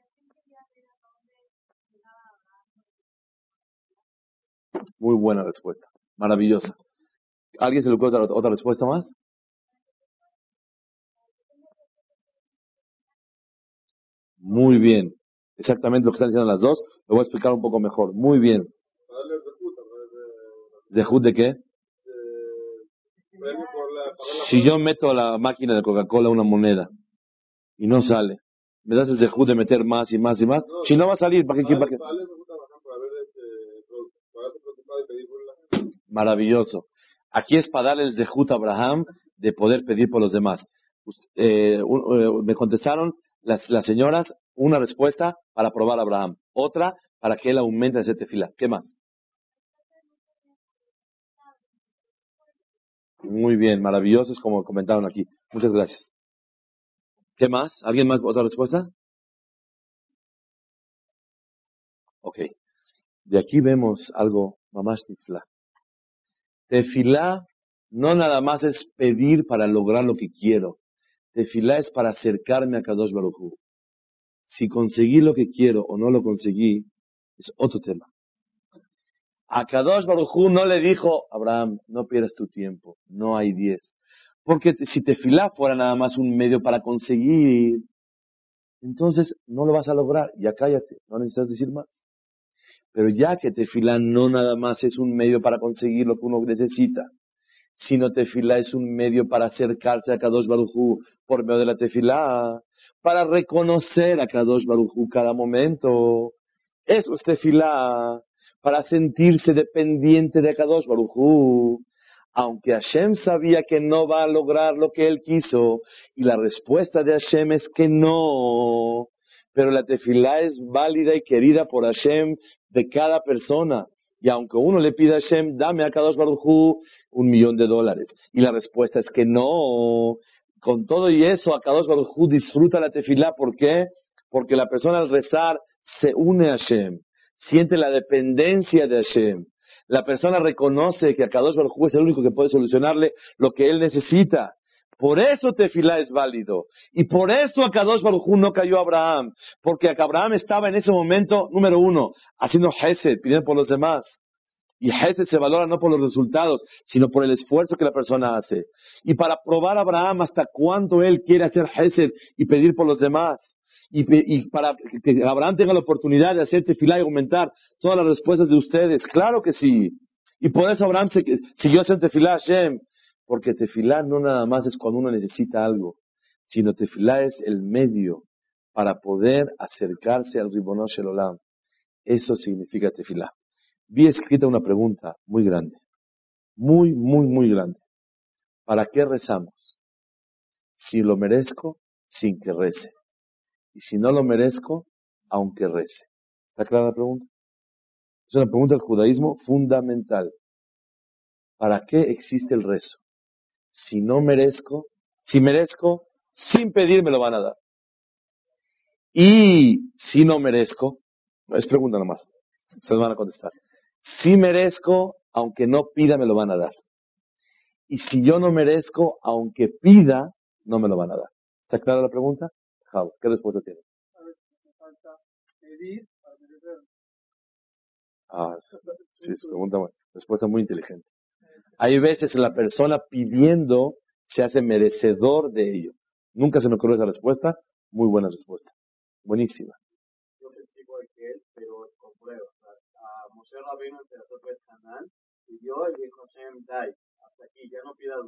Speaker 1: muy buena respuesta. Maravillosa. ¿Alguien se le ocurre otra, otra respuesta más? Muy bien. Exactamente lo que están diciendo las dos. Lo voy a explicar un poco mejor. Muy bien. ¿Zehut de qué? Si yo meto a la máquina de Coca-Cola una moneda y no sale, ¿me das el zehut de meter más y más y más? Si no va a salir, ¿para qué? ¿Para qué? Maravilloso. Aquí es para darle el zehut a Abraham de poder pedir por los demás. Eh, un- eh, me contestaron las, las señoras una respuesta para probar a Abraham, otra para que él aumente ese tefila. ¿Qué más? Muy bien, maravillosos como comentaron aquí. Muchas gracias. ¿Qué más? ¿Alguien más? ¿Otra respuesta? Ok. De aquí vemos algo mamás nifla. Tefilá no nada más es pedir para lograr lo que quiero. Tefilá es para acercarme a Kadosh Baruj Hu. Si conseguí lo que quiero o no lo conseguí, es otro tema. A Kadosh Baruj Hu no le dijo, Abraham, no pierdas tu tiempo, no hay diez. Porque si Tefilá fuera nada más un medio para conseguir, entonces no lo vas a lograr. Ya cállate, no necesitas decir más. Pero ya que Tefilá no nada más es un medio para conseguir lo que uno necesita, sino tefilá es un medio para acercarse a Kadosh Baruj Hu por medio de la tefilá, para reconocer a Kadosh Baruj Hu cada momento. Eso es tefilá, para sentirse dependiente de Kadosh Baruj Hu. Aunque Hashem sabía que no va a lograr lo que él quiso, y la respuesta de Hashem es que no, pero la tefilá es válida y querida por Hashem de cada persona. Y aunque uno le pida a Hashem, dame a Kadosh Baruj Hu un millón de dólares. Y la respuesta es que no. Con todo y eso, Akadosh Baruj Hu disfruta la tefilá. ¿Por qué? Porque la persona al rezar se une a Hashem, siente la dependencia de Hashem. La persona reconoce que Akadosh Baruj Hu es el único que puede solucionarle lo que él necesita. Por eso tefilá es válido. Y por eso Akadosh Baruj Hu no cayó a Abraham. Porque Abraham estaba en ese momento, número uno, haciendo Hesed, pidiendo por los demás. Y Hesed se valora no por los resultados, sino por el esfuerzo que la persona hace. Y para probar a Abraham hasta cuánto él quiere hacer Hesed y pedir por los demás. Y, y para que Abraham tenga la oportunidad de hacer tefilá y aumentar todas las respuestas de ustedes. Claro que sí. Y por eso Abraham se, siguió haciendo tefilá a Hashem. Porque tefilá no nada más es cuando uno necesita algo, sino tefilá es el medio para poder acercarse al Ribono Shel Olam. Eso significa tefilá. Vi escrita una pregunta muy grande, muy, muy, muy grande. ¿Para qué rezamos? Si lo merezco, sin que rece. Y si no lo merezco, aunque rece. ¿Está clara la pregunta? Es una pregunta del judaísmo fundamental. ¿Para qué existe el rezo? Si no merezco, si merezco, sin pedir me lo van a dar. Y si no merezco, es pregunta nomás, se lo van a contestar. Si merezco, aunque no pida me lo van a dar. Y si yo no merezco, aunque pida, no me lo van a dar. ¿Está clara la pregunta? Jao, ¿qué respuesta tiene? Ah, sí, sí, es pregunta, respuesta muy inteligente. Hay veces la persona pidiendo se hace merecedor de ello. Nunca se me ocurrió esa respuesta. Muy buena respuesta. Buenísima.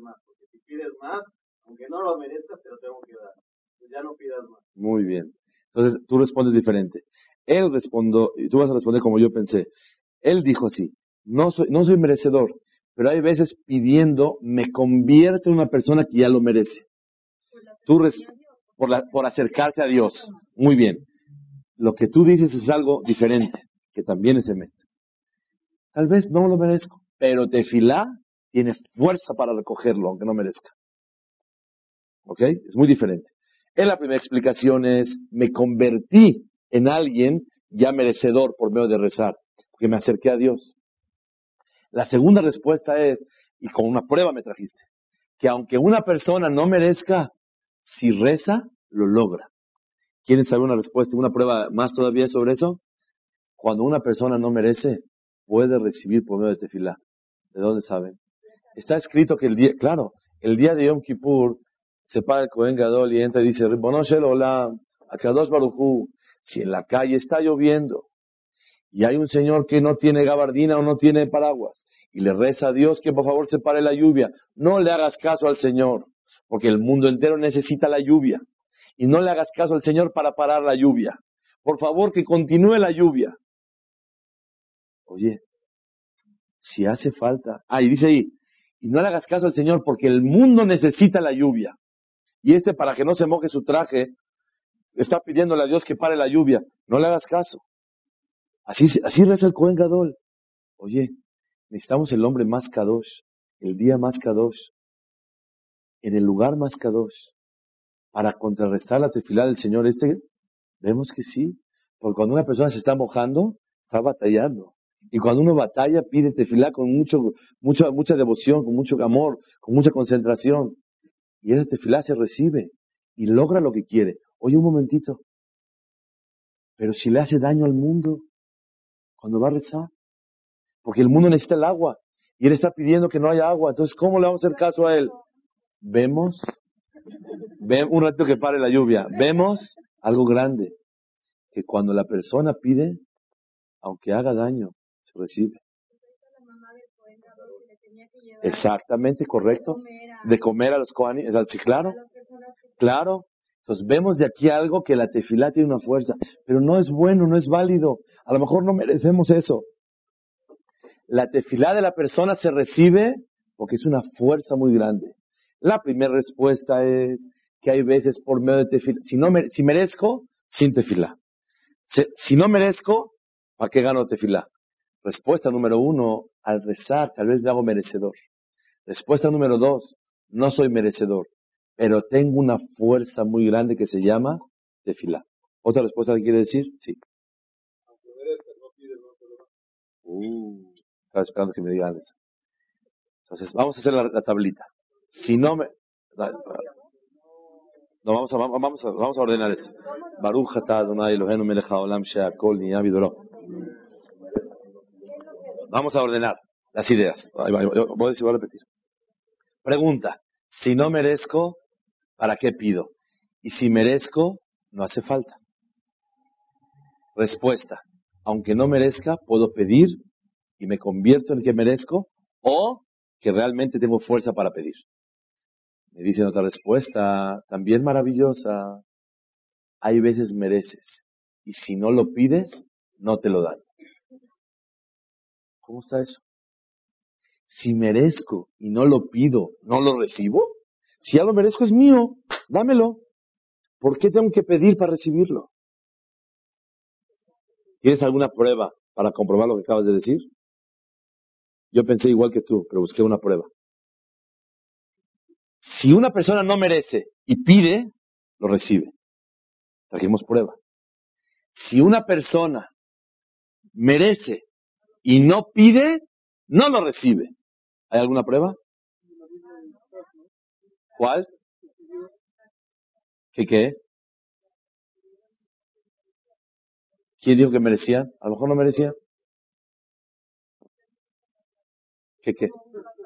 Speaker 1: Muy bien. Entonces tú respondes diferente. Él respondió, y tú vas a responder como yo pensé. Él dijo así, no soy, no soy merecedor, pero hay veces pidiendo me convierto en una persona que ya lo merece. Tú res, por, la, por acercarse a Dios. Muy bien. Lo que tú dices es algo diferente, que también es emet. Tal vez no lo merezco, pero tefilá tiene fuerza para recogerlo, aunque no merezca. ¿Ok? Es muy diferente. En la primera explicación es, me convertí en alguien ya merecedor por medio de rezar, porque me acerqué a Dios. La segunda respuesta es, y con una prueba me trajiste, que aunque una persona no merezca, si reza, lo logra. ¿Quieren saber una respuesta, una prueba más todavía sobre eso? Cuando una persona no merece, puede recibir por medio de tefilá. ¿De dónde saben? Está escrito que el día, claro, el día de Yom Kippur, se para el Kohen Gadol y entra y dice, Ribono shel olam, Akadosh Baruj Hu, si en la calle está lloviendo, y hay un señor que no tiene gabardina o no tiene paraguas, y le reza a Dios que por favor se pare la lluvia, no le hagas caso al Señor, porque el mundo entero necesita la lluvia, y no le hagas caso al Señor para parar la lluvia. Por favor, que continúe la lluvia. Oye, si hace falta, ah, y dice ahí, y no le hagas caso al Señor porque el mundo necesita la lluvia, y este para que no se moje su traje, está pidiéndole a Dios que pare la lluvia, no le hagas caso. Así, así reza el Kohen Gadol. Oye, necesitamos el hombre más kadosh, el día más kadosh, en el lugar más kadosh, para contrarrestar la tefilá del Señor este. Vemos que sí, porque cuando una persona se está mojando, está batallando. Y cuando uno batalla, pide tefilá con mucho, mucha, mucha devoción, con mucho amor, con mucha concentración. Y ese tefilá se recibe y logra lo que quiere. Oye, un momentito, pero si le hace daño al mundo, cuando va a rezar, porque el mundo necesita el agua, y él está pidiendo que no haya agua, entonces ¿cómo le vamos a hacer caso a él? Vemos, ve, un rato que pare la lluvia, vemos algo grande, que cuando la persona pide, aunque haga daño, se recibe. Exactamente, correcto. De comer a los kohanim, sí, claro, claro. Entonces vemos de aquí algo que la tefilá tiene una fuerza, pero no es bueno, no es válido. A lo mejor no merecemos eso. La tefilá de la persona se recibe porque es una fuerza muy grande. La primera respuesta es que hay veces por medio de tefilá, si, no me, si merezco, sin tefilá. Si, si no merezco, ¿para qué gano tefilá? Respuesta número uno, al rezar, tal vez me hago merecedor. Respuesta número dos, no soy merecedor, pero tengo una fuerza muy grande que se llama tefilá. ¿Otra respuesta que quiere decir? Sí. Uh, estaba esperando que me digan eso. Entonces, vamos a hacer la, la tablita. Si no me... No, vamos a, vamos a, vamos a ordenar eso. Baruch atah Adonai Eloheinu melech haolam she'akol niyah bidoro. Vamos a ordenar las ideas. Voy a decir, voy a repetir. Pregunta. Si no merezco, ¿para qué pido? Y si merezco, no hace falta. Respuesta. Aunque no merezca, puedo pedir y me convierto en que merezco o que realmente tengo fuerza para pedir. Me dicen otra respuesta, también maravillosa. Hay veces mereces y si no lo pides, no te lo dan. ¿Cómo está eso? Si merezco y no lo pido, ¿no lo recibo? Si ya lo merezco es mío, dámelo. ¿Por qué tengo que pedir para recibirlo? ¿Tienes alguna prueba para comprobar lo que acabas de decir? Yo pensé igual que tú, pero busqué una prueba. Si una persona no merece y pide, lo recibe. Trajimos prueba. Si una persona merece y no pide, no lo recibe. ¿Hay alguna prueba? ¿Cuál? ¿Qué qué? ¿Quién dijo que merecía? A lo mejor no merecía. ¿Qué qué?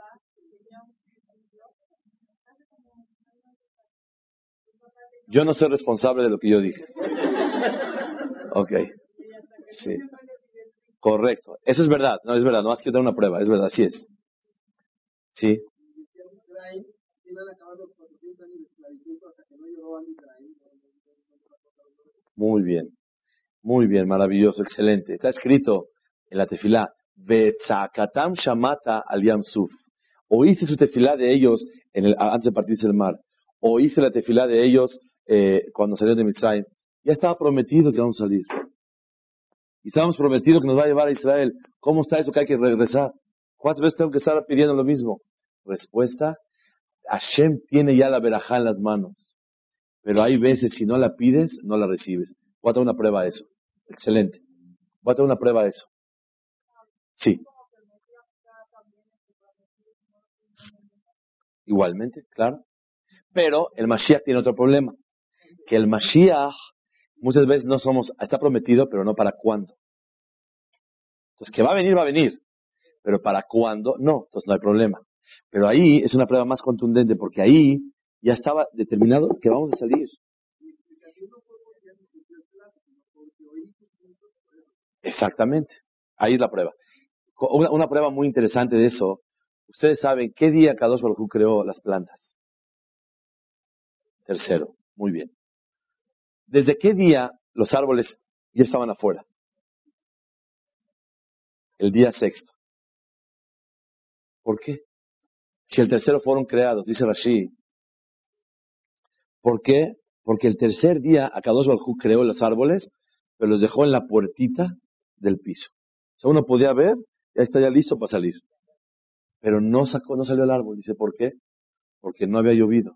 Speaker 1: Yo no soy responsable de lo que yo dije. Ok. Sí. Correcto. Eso es verdad. No, es verdad. No más quiero dar una prueba. Es verdad. Así es. Sí. Muy bien, muy bien, maravilloso, excelente. Está escrito en la tefilá, Vetzakatam shamata al Yam Suf. Oíste su tefilá de ellos en el, antes de partirse el mar. Oíste la tefilá de ellos eh, cuando salieron de Mitzrayim. Ya estaba prometido que vamos a salir. Y estábamos prometidos que nos va a llevar a Israel. ¿Cómo está eso que hay que regresar? ¿Cuántas veces tengo que estar pidiendo lo mismo? Respuesta, Hashem tiene ya la verajá en las manos. Pero hay veces, si no la pides, no la recibes. Voy a dar una prueba de eso. Excelente. Voy a dar una prueba de eso. Sí. Igualmente, claro. Pero el Mashiach tiene otro problema. Que el Mashiach muchas veces no somos, está prometido, pero no para cuándo. Entonces, que va a venir, va a venir. Pero para cuándo, no. Entonces no hay problema. Pero ahí es una prueba más contundente, porque ahí ya estaba determinado que vamos a salir. Exactamente. Ahí es la prueba. Una, una prueba muy interesante de eso. Ustedes saben qué día Kadosh Baruj Hu creó las plantas. Tercero. Muy bien. ¿Desde qué día los árboles ya estaban afuera? El día sexto. ¿Por qué? Si el tercero fueron creados, dice Rashi. ¿Por qué? Porque el tercer día Akadosh Baruj Hu creó los árboles, pero los dejó en la puertita del piso. O sea, uno podía ver, ya está ya listo para salir. Pero no sacó, no salió el árbol. Dice, ¿por qué? Porque no había llovido.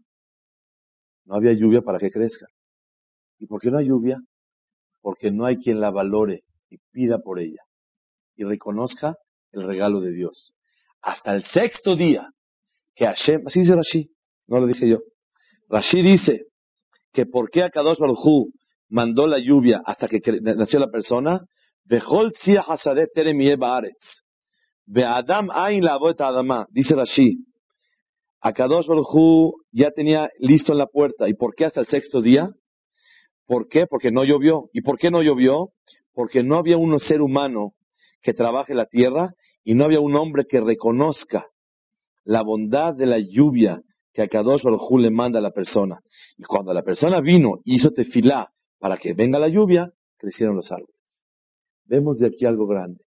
Speaker 1: No había lluvia para que crezca. ¿Y por qué no hay lluvia? Porque no hay quien la valore y pida por ella y reconozca el regalo de Dios. Hasta el sexto día que Hashem, así dice Rashi, no lo dije yo. Rashi dice que por qué Akadosh Baruj Hu mandó la lluvia hasta que nació la persona, Bechol tzia hasadet terem yeh baaretz, ve'adam ayin la'avod et ha'adama, dice Rashi, Akadosh Baruj Hu ya tenía listo en la puerta. ¿Y por qué hasta el sexto día? ¿Por qué? Porque no llovió. ¿Y por qué no llovió? Porque no había un ser humano que trabaje la tierra y no había un hombre que reconozca la bondad de la lluvia que a Kadosh Baruj Hu le manda a la persona. Y cuando la persona vino y hizo tefilá para que venga la lluvia, crecieron los árboles. Vemos de aquí algo grande.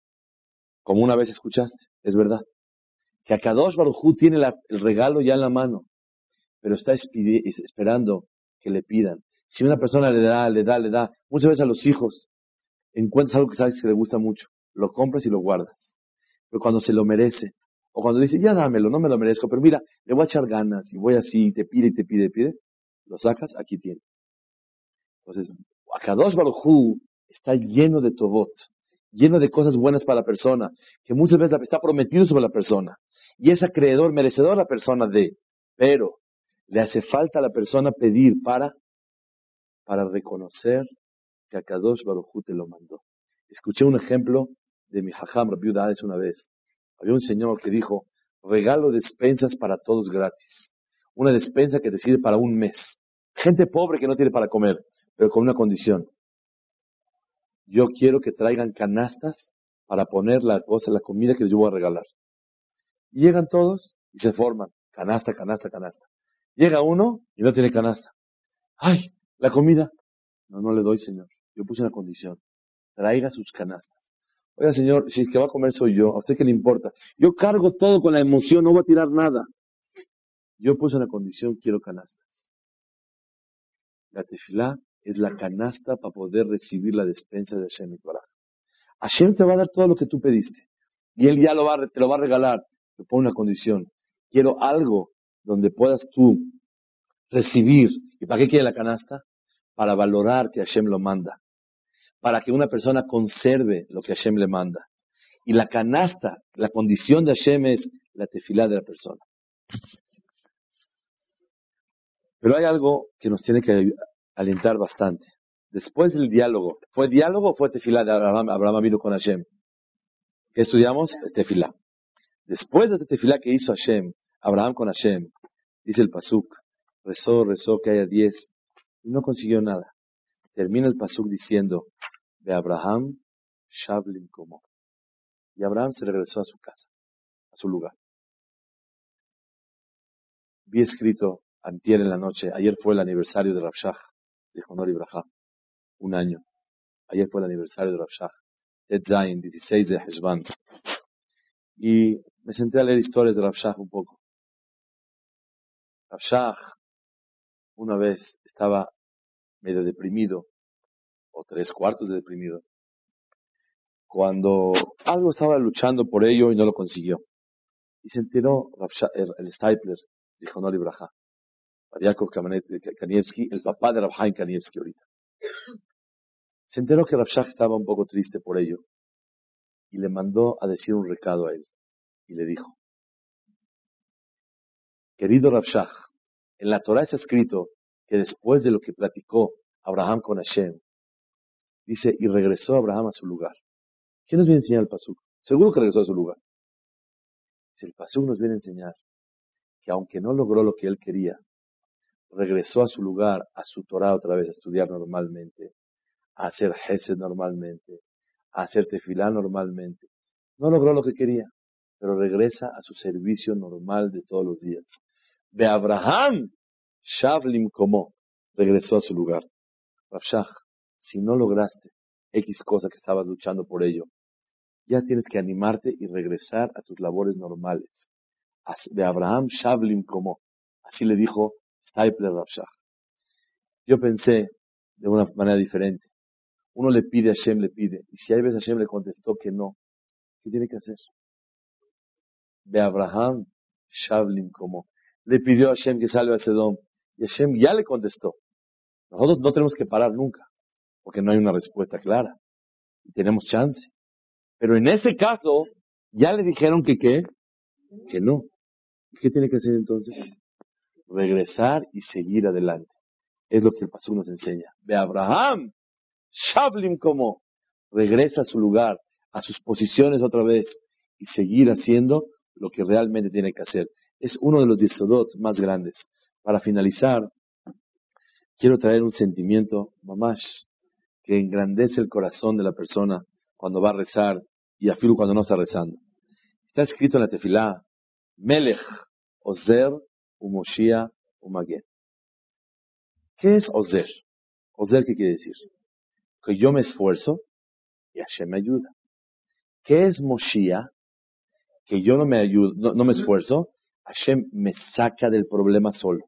Speaker 1: Como una vez escuchaste, es verdad. Que a Kadosh Baruj Hu tiene la, el regalo ya en la mano, pero está espidi- esperando que le pidan. Si una persona le da, le da, le da, muchas veces a los hijos, encuentras algo que sabes que le gusta mucho, lo compras y lo guardas. Pero cuando se lo merece, o cuando dice, ya dámelo, no me lo merezco, pero mira, le voy a echar ganas, y voy así, y te pide, y te pide, y te pide, lo sacas, aquí tiene. Entonces, Akadosh Baruj Hu está lleno de tobot, lleno de cosas buenas para la persona, que muchas veces está prometido sobre la persona, y es acreedor, merecedor la persona de, pero le hace falta a la persona pedir para, para reconocer que Akadosh Baruj Hu te lo mandó. Escuché un ejemplo de mi Jajam Rabbi Yehuda Hades una vez. Había un señor que dijo, regalo despensas para todos gratis. Una despensa que te sirve para un mes. Gente pobre que no tiene para comer, pero con una condición. Yo quiero que traigan canastas para poner la cosa, la comida que yo voy a regalar. Y llegan todos y se forman. Canasta, canasta, canasta. Llega uno y no tiene canasta. ¡Ay! La comida. No, no le doy, señor. Yo puse una condición. Traiga sus canastas. Oiga, señor, si es que va a comer soy yo, ¿a usted qué le importa? Yo cargo todo con la emoción, no voy a tirar nada. Yo puse una condición, quiero canastas. La tefilá es la canasta para poder recibir la despensa de Hashem Yitbaraj. Hashem te va a dar todo lo que tú pediste. Y Él ya lo va, te lo va a regalar. Te pone una condición. Quiero algo donde puedas tú recibir. ¿Y para qué quiere la canasta? Para valorar que Hashem lo manda. Para que una persona conserve lo que Hashem le manda. Y la canasta, la condición de Hashem es la tefilá de la persona. Pero hay algo que nos tiene que alentar bastante. Después del diálogo, ¿fue diálogo o fue tefilá de Abraham, Abraham vino con Hashem? ¿Qué estudiamos? Tefilá. Después de la tefilá que hizo Hashem, Abraham con Hashem, dice el pasuk, rezó, rezó que haya diez, y no consiguió nada. Termina el pasuk diciendo, de Abraham, Shavlim como. Y Abraham se regresó a su casa, a su lugar. Vi escrito antier en la noche, ayer fue el aniversario de Rav Shach, de Honor y Brajá. un año. Ayer fue el aniversario de Rav Shach. Tet Zayin, dieciséis de Heshvan. Y me senté a leer historias de Rav Shach un poco. Rav Shach una vez estaba medio deprimido, o tres cuartos de deprimido, cuando algo estaba luchando por ello y no lo consiguió. Y se enteró Rav Shach, el, el Stipler, dijo no Libraja, Yaakov Kanievski, el papá de Rav Haim Kanievski ahorita. Se enteró que Rav Shach estaba un poco triste por ello y le mandó a decir un recado a él. Y le dijo, querido Rav Shach, en la Torah está escrito que después de lo que platicó Abraham con Hashem, dice, y regresó Abraham a su lugar. ¿Quién nos viene a enseñar el pasuk? Seguro que regresó a su lugar. Dice, el pasuk nos viene a enseñar que aunque no logró lo que él quería, regresó a su lugar, a su Torah otra vez, a estudiar normalmente, a hacer Hesed normalmente, a hacer Tefilá normalmente. No logró lo que quería, pero regresa a su servicio normal de todos los días. De Abraham, Shavlim como regresó a su lugar. Rav Shach, si no lograste X cosa que estabas luchando por ello, ya tienes que animarte y regresar a tus labores normales. De Abraham, Shavlim como. Así le dijo Stipler Rav Shach. Yo pensé de una manera diferente. Uno le pide a Hashem, le pide. Y si hay veces Hashem le contestó que no, ¿qué tiene que hacer? De Abraham, Shavlim como. Le pidió a Hashem que salve a Sedom. Y Hashem ya le contestó. Nosotros no tenemos que parar nunca, porque no hay una respuesta clara. Y tenemos chance. Pero en ese caso, ya le dijeron que qué, que no. ¿Qué tiene que hacer entonces? Regresar y seguir adelante. Es lo que el pasuk nos enseña. De Abraham, Shavlim como. Regresa a su lugar, a sus posiciones otra vez, y seguir haciendo lo que realmente tiene que hacer. Es uno de los yesodot más grandes. Para finalizar, quiero traer un sentimiento, mamash, que engrandece el corazón de la persona cuando va a rezar y afirma cuando no está rezando. Está escrito en la tefilá, Melech, Ozer, Umoshia, Umagen. ¿Qué es Ozer? Ozer, ¿qué quiere decir? Que yo me esfuerzo y Hashem me ayuda. ¿Qué es Moshia? Que yo no me ayudo, no, no me esfuerzo, Hashem me saca del problema solo.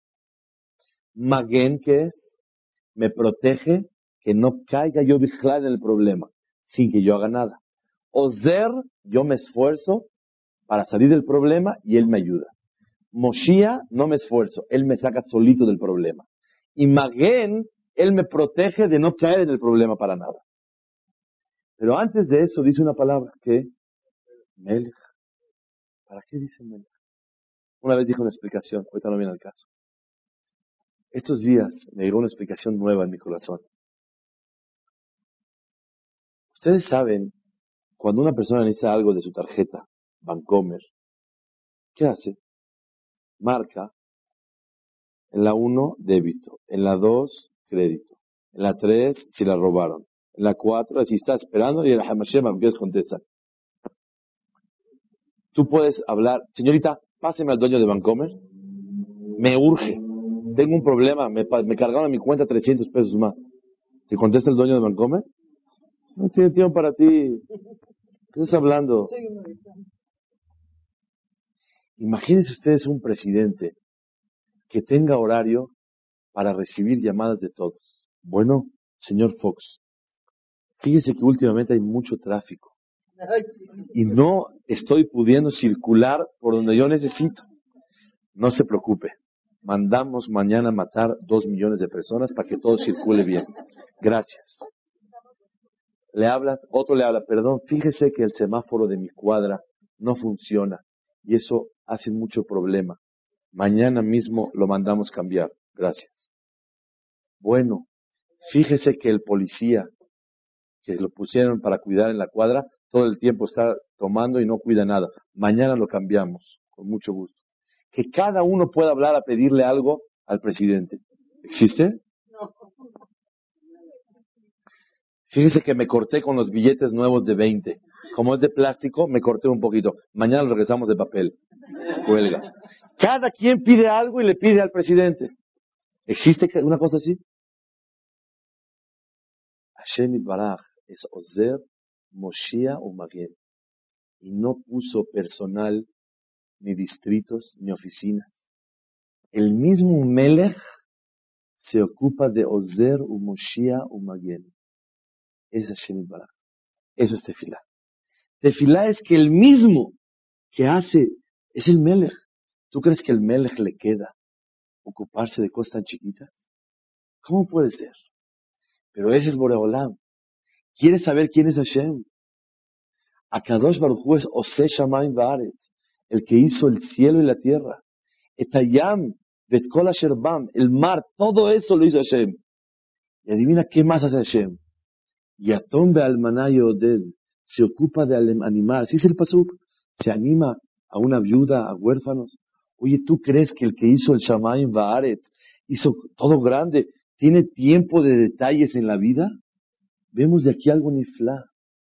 Speaker 1: Magen, ¿qué es? Me protege que no caiga yo vigilado en el problema, sin que yo haga nada. Ozer, yo me esfuerzo para salir del problema y él me ayuda. Moshia, no me esfuerzo, él me saca solito del problema. Y Magen, él me protege de no caer en el problema para nada. Pero antes de eso dice una palabra que, Melech. ¿Para qué dice Melech? Una vez dije una explicación, ahorita no viene al caso. Estos días me llegó una explicación nueva en mi corazón. Ustedes saben, cuando una persona necesita algo de su tarjeta, Bancomer, ¿qué hace? Marca, en la uno, débito, en la dos, crédito, en la tres, si la robaron, en la cuatro, si está esperando, y en la Hamashem, ¿qué contesta? Tú puedes hablar, señorita, páseme al dueño de Bancomer, me urge, tengo un problema, me, me cargaron a mi cuenta trescientos pesos más. ¿Te contesta el dueño de Bancomer? No tiene tiempo para ti. ¿Qué estás hablando? Imagínense ustedes un presidente que tenga horario para recibir llamadas de todos. Bueno, señor Fox, fíjese que últimamente hay mucho tráfico y no estoy pudiendo circular por donde yo necesito. No se preocupe, mandamos mañana matar dos millones de personas para que todo circule bien. Gracias. Le hablas, otro le habla, perdón, fíjese que el semáforo de mi cuadra no funciona y eso hace mucho problema. Mañana mismo lo mandamos cambiar. Gracias. Bueno, fíjese que el policía que lo pusieron para cuidar en la cuadra, todo el tiempo está tomando y no cuida nada. Mañana lo cambiamos, con mucho gusto. Que cada uno pueda hablar a pedirle algo al presidente. ¿Existe? No. Fíjese que me corté con los billetes nuevos de veinte. Como es de plástico, me corté un poquito. Mañana lo regresamos de papel. Cuelga. Cada quien pide algo y le pide al presidente. ¿Existe una cosa así? Hashem Itbaraj es Ozer, Moshiach o Maguen. Y no puso personal, ni distritos, ni oficinas. El mismo Melech se ocupa de Ozer, u Moshiach o Maguen. Es Hashem Itbaraj. Eso es Tefilá. Tefilá es que el mismo que hace es el Melech. ¿Tú crees que el Melech le queda ocuparse de cosas tan chiquitas? ¿Cómo puede ser? Pero ese es Boreolam. ¿Quieres saber quién es Hashem? Akadosh Baruj Hu es Ose Shamayim Vaaretz, el que hizo el cielo y la tierra. Etayam, Vetkol Asher Bam, el mar, todo eso lo hizo Hashem. Y adivina qué más hace Hashem. Yatom Be'almaná Yoded, se ocupa de animar. Así es el pasuk. Se anima a una viuda, a huérfanos. Oye, ¿tú crees que el que hizo el Shamayim Vaaretz hizo todo grande? ¿Tiene tiempo de detalles en la vida? Vemos de aquí algo niflá.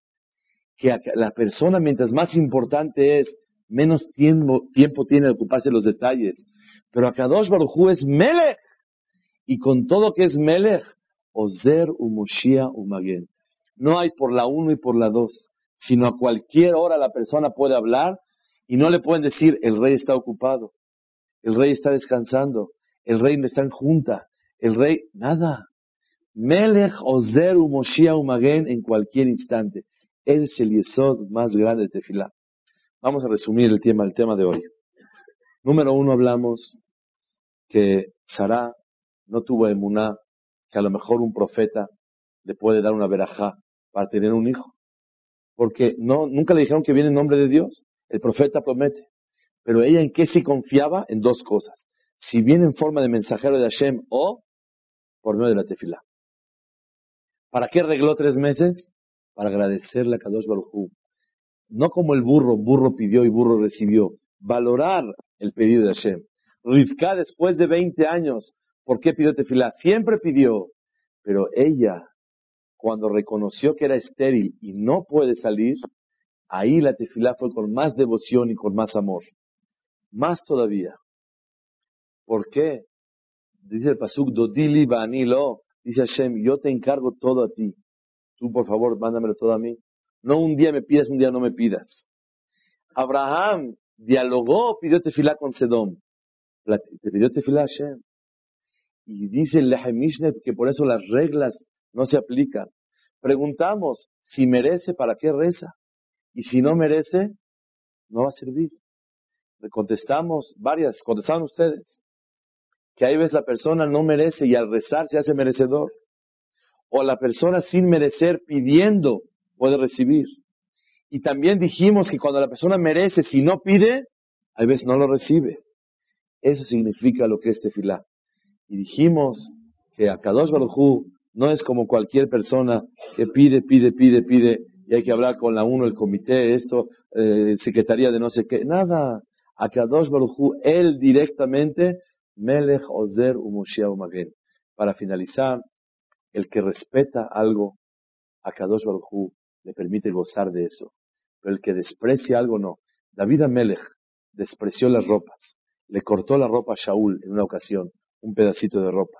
Speaker 1: Que la persona, mientras más importante es, menos tiempo, tiempo tiene de ocuparse de los detalles. Pero Akadosh Baruj Hu es Melech. Y con todo que es Melech, Ozer u Moshiach u Maguen. No hay por la uno y por la dos, sino a cualquier hora la persona puede hablar y no le pueden decir, el rey está ocupado, el rey está descansando, el rey está en junta, el rey, nada. Melech, Ozer u Moshiach u Maguen en cualquier instante. Ese es el yesod más grande de Tefilá. Vamos a resumir el tema, el tema de hoy. Número uno, hablamos que Sará no tuvo emuná, que a lo mejor un profeta le puede dar una verajá para tener un hijo. Porque no, nunca le dijeron que viene en nombre de Dios. El profeta promete. Pero ella en qué sí confiaba? En dos cosas. Si viene en forma de mensajero de Hashem o por medio de la Tefilá. ¿Para qué arregló tres meses? Para agradecerle a Kadosh Baruj Hu. No como el burro, burro pidió y burro recibió. Valorar el pedido de Hashem. Rivka, después de veinte años, ¿por qué pidió Tefilá? Siempre pidió. Pero ella, cuando reconoció que era estéril y no puede salir, ahí la Tefilá fue con más devoción y con más amor. Más todavía. ¿Por qué? Dice el pasuk, Dodili ba'ani lo. Dice Hashem, yo te encargo todo a ti. Tú, por favor, mándamelo todo a mí. No un día me pidas, un día no me pidas. Abraham dialogó, pidió tefilá con Sedom. Te pidió tefilá a Hashem. Y dice el Lehem Mishneh que por eso las reglas no se aplican. Preguntamos, si merece, ¿para qué reza? Y si no merece, no va a servir. Le contestamos varias, contestaron ustedes. Que hay veces la persona no merece y al rezar se hace merecedor. O la persona sin merecer pidiendo puede recibir. Y también dijimos que cuando la persona merece, si no pide, a veces no lo recibe. Eso significa lo que es tefilá. Y dijimos que Akadosh Baruj Hu no es como cualquier persona que pide, pide, pide, pide, y hay que hablar con la uno, el comité, esto, eh, secretaría de no sé qué. Nada. Akadosh Baruj Hu, él directamente, Melech, Ozer, u Moshiach, u Maguen. Para finalizar, el que respeta algo, Akadosh Baruj Hu le permite gozar de eso. Pero el que desprecia algo, no. David Amelech despreció las ropas. Le cortó la ropa a Shaul en una ocasión, un pedacito de ropa.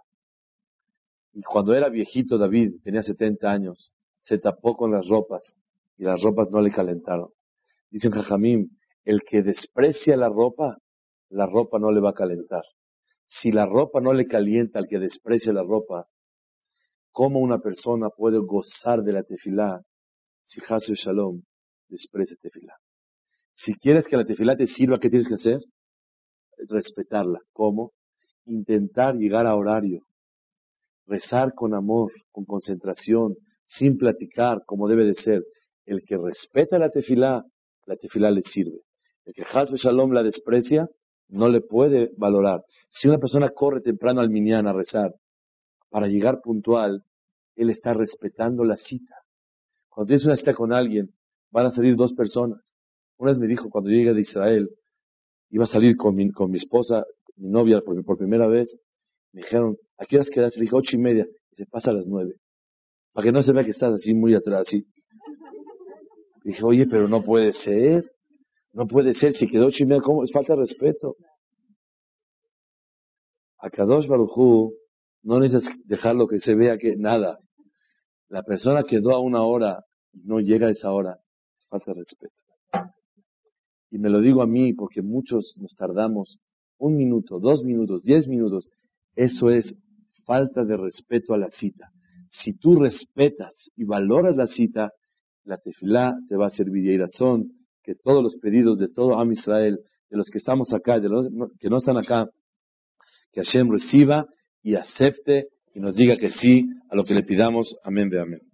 Speaker 1: Y cuando era viejito David, tenía setenta años, se tapó con las ropas y las ropas no le calentaron. Dicen Jajamim, el que desprecia la ropa, la ropa no le va a calentar. Si la ropa no le calienta al que desprecia la ropa, ¿cómo una persona puede gozar de la tefilá si Hasu Shalom desprecia tefilá? Si quieres que la tefilá te sirva, ¿qué tienes que hacer? Respetarla. ¿Cómo? Intentar llegar a horario. Rezar con amor, con concentración, sin platicar, como debe de ser. El que respeta la tefilá, la tefilá le sirve. El que Hasu Shalom la desprecia, no le puede valorar. Si una persona corre temprano al minyan a rezar, para llegar puntual, él está respetando la cita. Cuando tienes una cita con alguien, van a salir dos personas. Una vez me dijo, cuando llegué de Israel, iba a salir con mi, con mi esposa, mi novia, por, por primera vez. Me dijeron, ¿a qué horas quedas? Le dije, ocho y media. Y se pasa a las nueve. Para que no se vea que estás así muy atrás, así. Dije, oye, pero no puede ser. No puede ser. Si quedó ocho y media, ¿cómo? Es falta de respeto. A Kadosh Baruj Hu, no necesitas dejarlo que se vea que nada. La persona que quedó a una hora y no llega a esa hora, es falta de respeto. Y me lo digo a mí porque muchos nos tardamos un minuto, dos minutos, diez minutos. Eso es falta de respeto a la cita. Si tú respetas y valoras la cita, la tefilá te va a servir. Y razón que todos los pedidos de todo Am Israel, de los que estamos acá, de los que no están acá, que Hashem reciba y acepte y nos diga que sí a lo que le pidamos. Amén, ve amén.